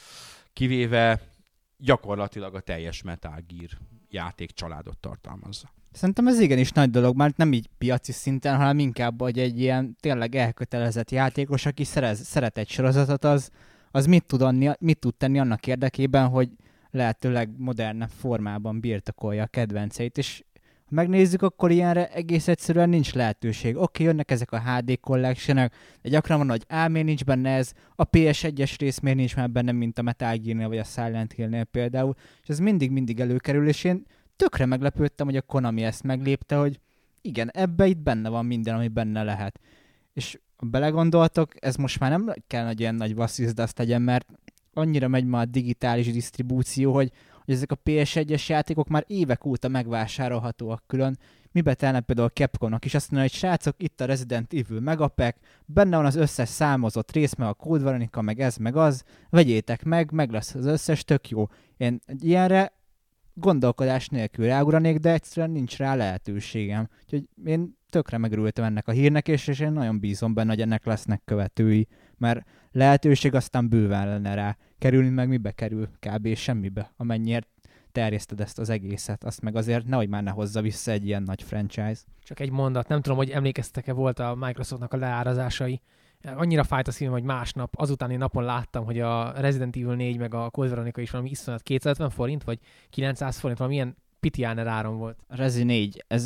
kivéve gyakorlatilag a teljes Metal Gear játékcsaládot tartalmazza. Szerintem ez igenis nagy dolog, már nem így piaci szinten, hanem inkább, hogy egy ilyen tényleg elkötelezett játékos, aki szeret egy sorozatot, az mit tud tenni annak érdekében, hogy lehetőleg modernebb formában birtokolja a kedvenceit, és ha megnézzük, akkor ilyenre egész egyszerűen nincs lehetőség. Oké, jönnek ezek a HD collectionok, de gyakran van, hogy miért nincs benne ez, a PS1-es rész miért nincs már benne, mint a Metal Gear-nél, vagy a Silent Hill-nél például, és ez mindig előkerül, és én tökre meglepődtem, hogy a Konami ezt meglépte, hogy igen, ebbe itt benne van minden, ami benne lehet. És ha belegondoltok, ez most már nem kell, hogy ilyen nagy vasszizdasz legyen, mert annyira megy ma a digitális disztribúció, hogy ezek a PS1-es játékok már évek óta megvásárolhatóak külön. Mibe telne például a Capcomnak is azt mondja, hogy srácok, itt a Resident Evil Megapek, benne van az összes számozott rész, meg a Code Veronica, meg ez, meg az, vegyétek meg lesz az összes, tök jó. Én egy ilyenre gondolkodás nélkül ráugranék, de egyszerűen nincs rá lehetőségem. Úgyhogy én tökre megörültem ennek a hírnek, és én nagyon bízom benne, hogy ennek lesznek követői, mert lehetőség aztán bőven lenne rá. Kerülni meg mibe kerül? Kb. Semmibe, amennyiért terjeszted ezt az egészet. Azt meg azért nehogy már ne hozza vissza egy ilyen nagy franchise. Csak egy mondat, nem tudom, hogy emlékeztek-e, volt a Microsoftnak a leárazásai. Annyira fájt a szívem, hogy másnap, azutáni napon láttam, hogy a Resident Evil 4 meg a Code Veronica is valami iszonyat 250 forint, vagy 900 forint, valami ilyen pitiáner áron volt. A Rezi 4, ez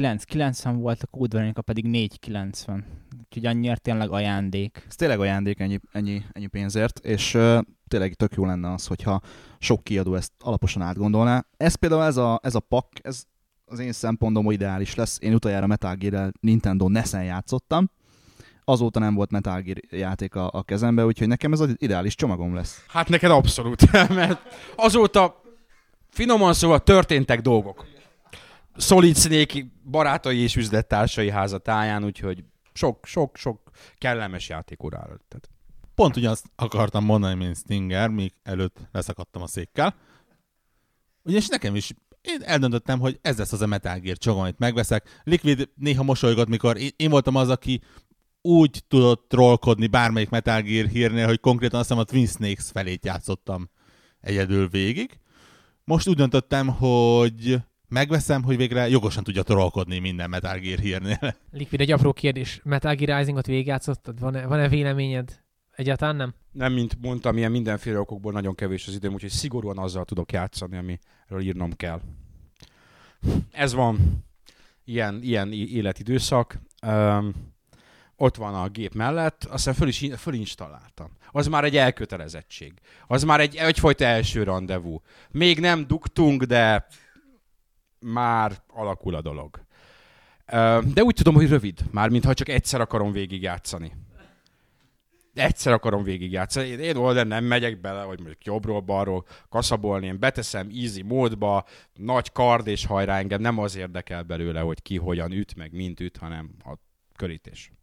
990 volt, a Code Veronica pedig 490. Úgyhogy annyira tényleg ajándék. Ez tényleg ajándék ennyi pénzért, és tényleg tök jó lenne az, hogyha sok kiadó ezt alaposan átgondolná. Ez például ez a pak, ez az én szempontomból ideális lesz. Én utoljára Metal Gear-rel Nintendo NES-en játszottam, azóta nem volt Metal Gear játék a kezembe, úgyhogy nekem ez az ideális csomagom lesz. Hát neked abszolút, mert azóta finoman szóval történtek dolgok. Solid Snake barátai és üzlettársai házatáján, úgyhogy sok kellemes játék óra előtt. Pont ugyanazt akartam mondani, mint Stinger, míg előtt leszakadtam a székkel. Ugyanis nekem is, én eldöntöttem, hogy ez lesz az a Metal Gear csomag, amit megveszek. Liquid néha mosolygott, mikor én voltam az, aki úgy tudott trollkodni bármelyik Metal Gear hírnél, hogy konkrétan azt hiszem a Twin Snakes felét játszottam egyedül végig. Most úgy döntöttem, hogy megveszem, hogy végre jogosan tudja trollkodni minden Metal Gear hírnél. Liquid, egy apró kérdés. Metal Gear Rising-ot végigjátszottad? Van-e véleményed? Egyáltalán nem? Nem, mint mondtam, ilyen mindenféle okokból nagyon kevés az időm, úgyhogy szigorúan azzal tudok játszani, amiről írnom kell. Ez van. Ilyen életidőszak. ott van a gép mellett, aztán fölinstaláltam. Az már egy elkötelezettség. Az már egyfajta első randevú. Még nem dugtunk, de már alakul a dolog. De úgy tudom, hogy rövid. Mármintha csak egyszer akarom végigjátszani. Én oldal nem megyek bele, hogy mondjuk jobbról-balról kaszabolni, én beteszem easy módba, nagy kard és hajrá, engem nem az érdekel belőle, hogy ki hogyan üt, meg mint üt, hanem a körítés.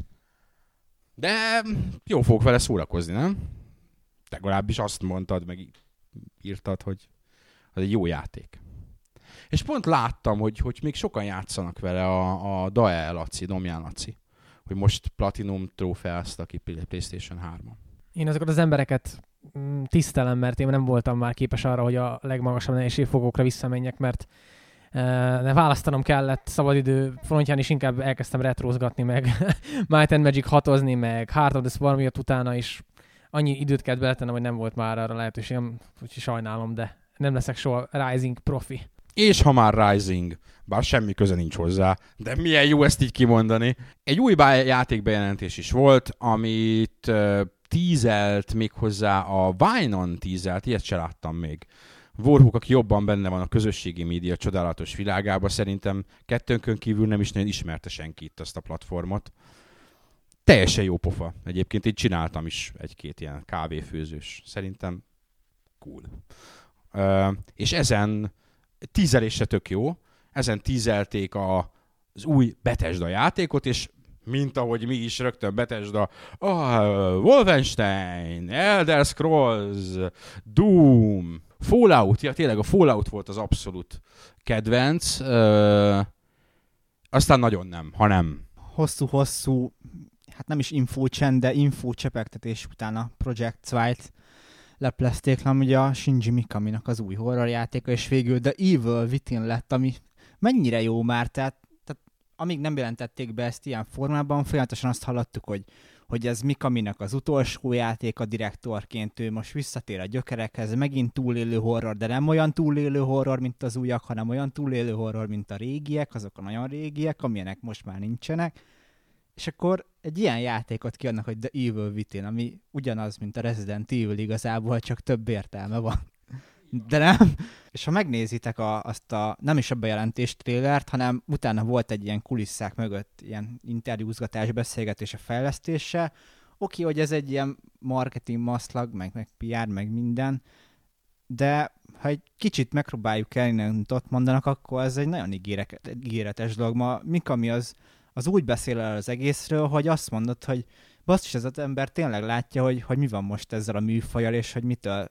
De jó fogok vele szórakozni, nem? Legalábbis azt mondtad, meg írtad, hogy az egy jó játék. És pont láttam, hogy még sokan játszanak vele a Dael Laci, Domján Laci, hogy most Platinum trófeázta ki PlayStation 3-on. Én azokat az embereket tisztelem, mert én nem voltam már képes arra, hogy a legmagasabb nehézségfokokra visszamenjek, mert választanom kellett szabadidő frontján, és inkább elkezdtem retrózgatni, meg Might and Magic 6-ozni, meg Heart of the Swarm jött utána, és annyi időt kellett beletennem, hogy nem volt már arra lehetőségem, úgyhogy sajnálom, de nem leszek soha Rising profi. És ha már Rising, bár semmi köze nincs hozzá, de milyen jó ezt így kimondani. Egy új játékbejelentés is volt, amit tízelt még hozzá a Vine-on tízelt, ilyet se láttam még. Warhawk, aki jobban benne van a közösségi média csodálatos világában, szerintem kettőnkön kívül nem is nagyon ismerte senki itt azt a platformot. Teljesen jó pofa. Egyébként így csináltam is egy-két ilyen kávéfőzős. Szerintem cool. És ezen tízelésre tök jó. Ezen tízelték az új Bethesda játékot, és mint ahogy mi is rögtön Bethesda, Wolfenstein, Elder Scrolls, Doom, Fallout, ja tényleg a Fallout volt az abszolút kedvenc, aztán nagyon nem, hanem Hosszú, hát nem is infócsend, de infócsepegtetés után a Project White leplezték le, ugye a Shinji Mikaminak az új horrorjátéka, és végül The Evil Within lett, ami mennyire jó már, tehát amíg nem jelentették be ezt ilyen formában, folyamatosan azt hallottuk, hogy ez Mikaminak az utolsó játéka direktorként, ő most visszatér a gyökerekhez, megint túlélő horror, de nem olyan túlélő horror, mint az újak, hanem olyan túlélő horror, mint a régiek, azok a nagyon régiek, amilyenek most már nincsenek. És akkor egy ilyen játékot kiadnak, hogy The Evil Within, ami ugyanaz, mint a Resident Evil igazából, csak több értelme van. De nem. És ha megnézitek nem is a bejelentés trélert, hanem utána volt egy ilyen kulisszák mögött ilyen interjúzgatás, beszélgetés a fejlesztése. Oké, hogy ez egy ilyen marketing maszlag, meg PR, meg minden, de ha egy kicsit megpróbáljuk elni, amit ott mondanak, akkor ez egy nagyon ígéretes dolog. Ma Mikami az úgy beszél el az egészről, hogy azt mondod, hogy basszus, ez az ember tényleg látja, hogy mi van most ezzel a műfajjal, és hogy mitől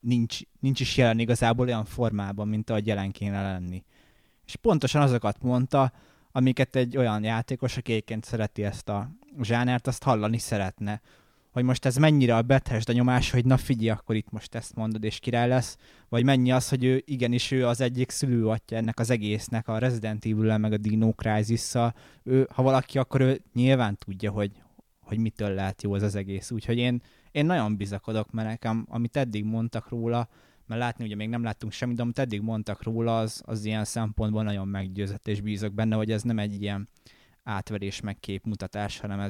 nincs is jelen igazából olyan formában, mint ahogy jelen kéne lenni. És pontosan azokat mondta, amiket egy olyan játékos, aki egyébként szereti ezt a zsánert, azt hallani szeretne. Hogy most ez mennyire a Bethesda nyomás, hogy na figyelj, akkor itt most ezt mondod, és király lesz, vagy mennyi az, hogy ő az egyik szülőatja ennek az egésznek, a Resident Evil-lel, meg a Dino Crisis-szal. Ha valaki, akkor ő nyilván tudja, hogy mitől lehet jó az egész. Úgyhogy én nagyon bizakodok, mert nekem, amit eddig mondtak róla, mert látni ugye még nem láttunk semmit, de amit eddig mondtak róla, az ilyen szempontból nagyon meggyőzött, és bízok benne, hogy ez nem egy ilyen átverés meg képmutatás, hanem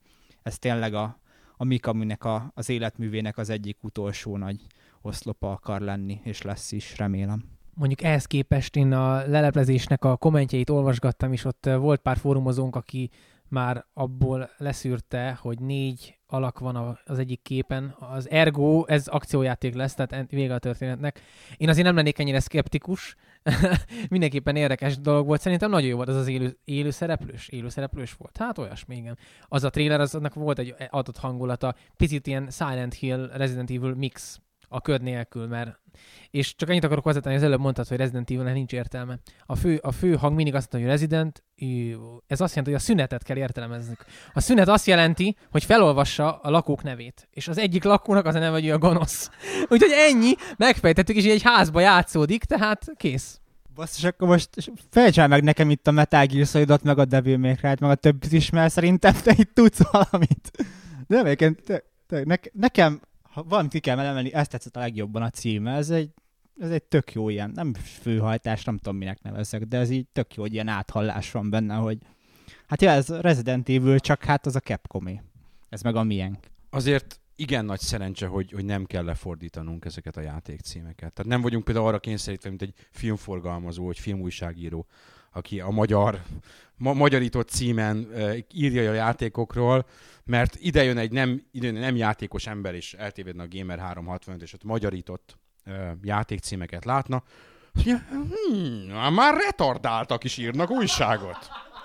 ez tényleg a Mikaminek az életművének az egyik utolsó nagy oszlopa akar lenni, és lesz is, remélem. Mondjuk ehhez képest én a leleplezésnek a kommentjeit olvasgattam, és ott volt pár fórumozónk, aki már abból leszűrte, hogy 4 alak van az egyik képen. Az ergo, ez akciójáték lesz, tehát vége a történetnek. Én azért nem lennék ennyire szkeptikus. Mindenképpen érdekes dolog volt. Szerintem nagyon jó volt az élő szereplős volt. Hát olyasmi, igen. Az a trailer, annak volt egy adott hangulata, picit ilyen Silent Hill, Resident Evil mix a köd nélkül, mert... És csak ennyit akarok hozzátenni, az előbb mondtad, hogy Resident Evil-nek nincs értelme. A fő hang mindig azt mondta, hogy Resident, ez azt jelenti, hogy a szünetet kell értelmeznünk. A szünet azt jelenti, hogy felolvassa a lakók nevét. És az egyik lakónak az a neve, hogy ő a gonosz. Úgyhogy ennyi, megfejtettük, és így egy házba játszódik, tehát kész. Basszus, akkor most fejtsál meg nekem itt a Metal Gear Solidot, meg a Devil May Cry-t, meg a többit is, mert szerintem te itt tudsz valamit. De egyébként nekem, ha valamit ki kell emelni, ezt tetszett a legjobban a címe. Ez egy tök jó ilyen, nem főhajtás, nem tudom minek nevezzek, de ez így tök jó, hogy ilyen áthallás van benne, hogy Hát ja, ez Resident Evil, csak hát az a Capcomé. Ez meg a miénk. Azért igen nagy szerencse, hogy nem kell lefordítanunk ezeket a játékcímeket. Tehát nem vagyunk például arra kényszerítve, mint egy filmforgalmazó, vagy filmújságíró, aki a magyarított címen írja a játékokról, mert ide jön egy nem játékos ember, és eltévedne a Gamer 365, és ott magyarított játékcímeket látna, hogy már retardáltak is írnak újságot.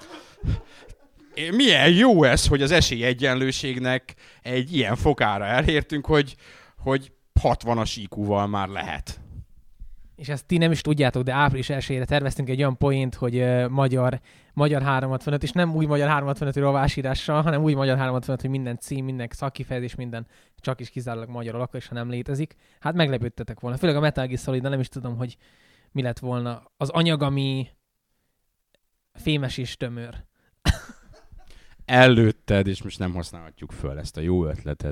Milyen jó ez, hogy az esélyegyenlőségnek egy ilyen fokára elértünk, hogy 60-as IQ-val már lehet. És ezt ti nem is tudjátok, de április 1-ére terveztünk egy olyan poént, hogy magyar 365, és nem új magyar 365 rovásírással, hanem új magyar 365, hogy minden cím, minden szakkifejezés, minden csak is kizárólag magyarul, akkor is, ha nem létezik. Hát meglepődtetek volna. Főleg a Metal Gear Solid, de nem is tudom, hogy mi lett volna az anyag, ami fémes és tömör. Előtted, és most nem használhatjuk föl ezt a jó ötletet.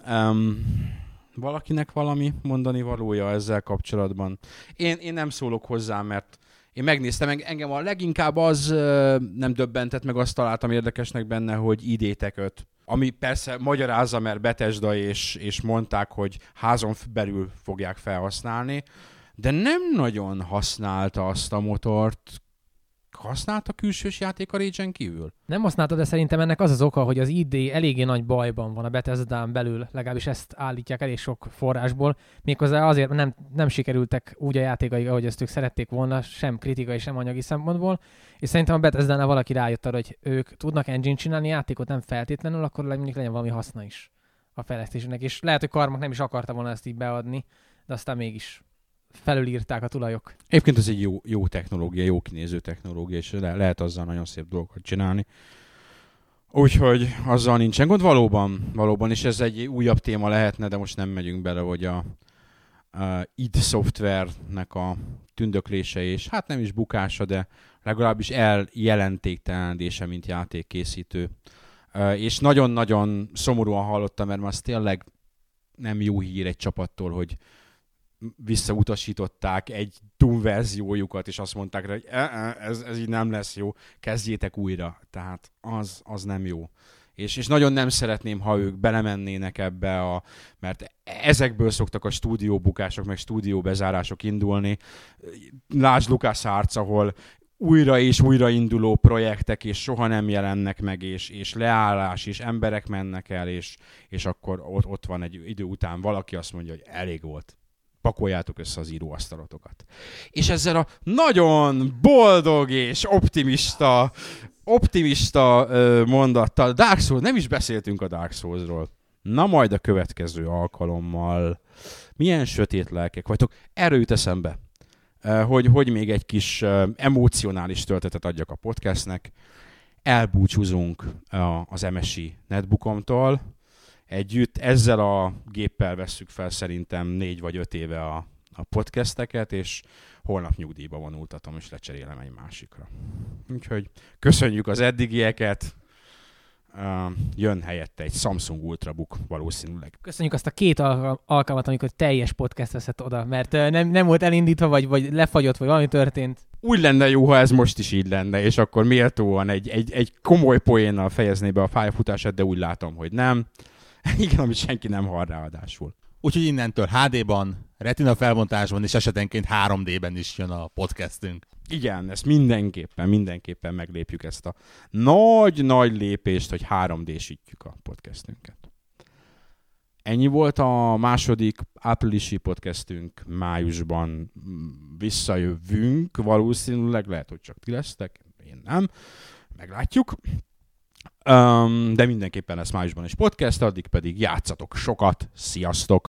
Valakinek valami mondani valója ezzel kapcsolatban? Én nem szólok hozzá, mert én megnéztem, engem a leginkább az nem döbbentett, meg azt találtam érdekesnek benne, hogy ID-tek 5. Ami persze magyarázza, mert Bethesda és mondták, hogy házon belül fogják felhasználni, de nem nagyon használta azt a motort. Használta külsős játék a Rage-en kívül? Nem használta, de szerintem ennek az az oka, hogy az ID eléggé nagy bajban van a Bethesdán belül, legalábbis ezt állítják elég sok forrásból, méghozzá azért nem sikerültek úgy a játékaik, ahogy ezt ők szerették volna, sem kritikai, sem anyagi szempontból, és szerintem a Bethesdánál valaki rájött arra, hogy ők tudnak engine csinálni játékot, nem feltétlenül, akkor mondjuk legyen valami haszna is a fejlesztésnek, és lehet, hogy Carmack nem is akarta volna ezt így beadni, de aztán mégis felülírták a tulajok. Egyébként ez egy jó technológia, jó kinéző technológia, és lehet azzal nagyon szép dolgokat csinálni. Úgyhogy azzal nincsen gond. Valóban, és ez egy újabb téma lehetne, de most nem megyünk bele, hogy a id Software-nek a tündöklése, és hát nem is bukása, de legalábbis eljelentéktelenedése, mint játékkészítő. És nagyon-nagyon szomorúan hallottam, mert az tényleg nem jó hír egy csapattól, hogy visszautasították egy Doom verziójukat, és azt mondták rá, hogy ez így nem lesz jó, kezdjétek újra. Tehát az nem jó. És nagyon nem szeretném, ha ők belemennének ebbe, mert ezekből szoktak a stúdióbukások, meg stúdióbezárások indulni. Lásd LucasArts, ahol újra és újra induló projektek, és soha nem jelennek meg, és leállás, és emberek mennek el, és akkor ott van egy idő után valaki azt mondja, hogy elég volt. Pakoljátok össze az íróasztalotokat. És ezzel a nagyon boldog és optimista mondattal, Dark Souls, nem is beszéltünk a Dark Soulsról. Na majd a következő alkalommal. Milyen sötét lelkek vagytok. Erről jut eszembe, hogy még egy kis emocionális töltetet adjak a podcastnek. Elbúcsúzunk az MSI netbookomtól. Együtt ezzel a géppel vesszük fel szerintem 4 vagy 5 éve a podcasteket, és holnap nyugdíjba vonultatom, és lecserélem egy másikra. Úgyhogy köszönjük az eddigieket. Jön helyette egy Samsung Ultrabook valószínűleg. Köszönjük azt a 2 alkalmat, amikor teljes podcast veszett oda, mert nem volt elindítva, vagy lefagyott, vagy valami történt. Úgy lenne jó, ha ez most is így lenne, és akkor méltóan egy komoly poénnal fejezné be a pályafutását, de úgy látom, hogy nem. Igen, amit senki nem hall ráadásul. Úgyhogy innentől HD-ban, Retina felbontásban és esetenként 3D-ben is jön a podcastünk. Igen, ezt mindenképpen meglépjük ezt a nagy lépést, hogy 3D-sítjük a podcastünket. Ennyi volt a második áprilisi podcastünk. Májusban visszajövünk, valószínűleg, lehet, hogy csak ti lesztek, én nem. Meglátjuk. De mindenképpen lesz májusban is podcast, addig pedig játszatok sokat. Sziasztok!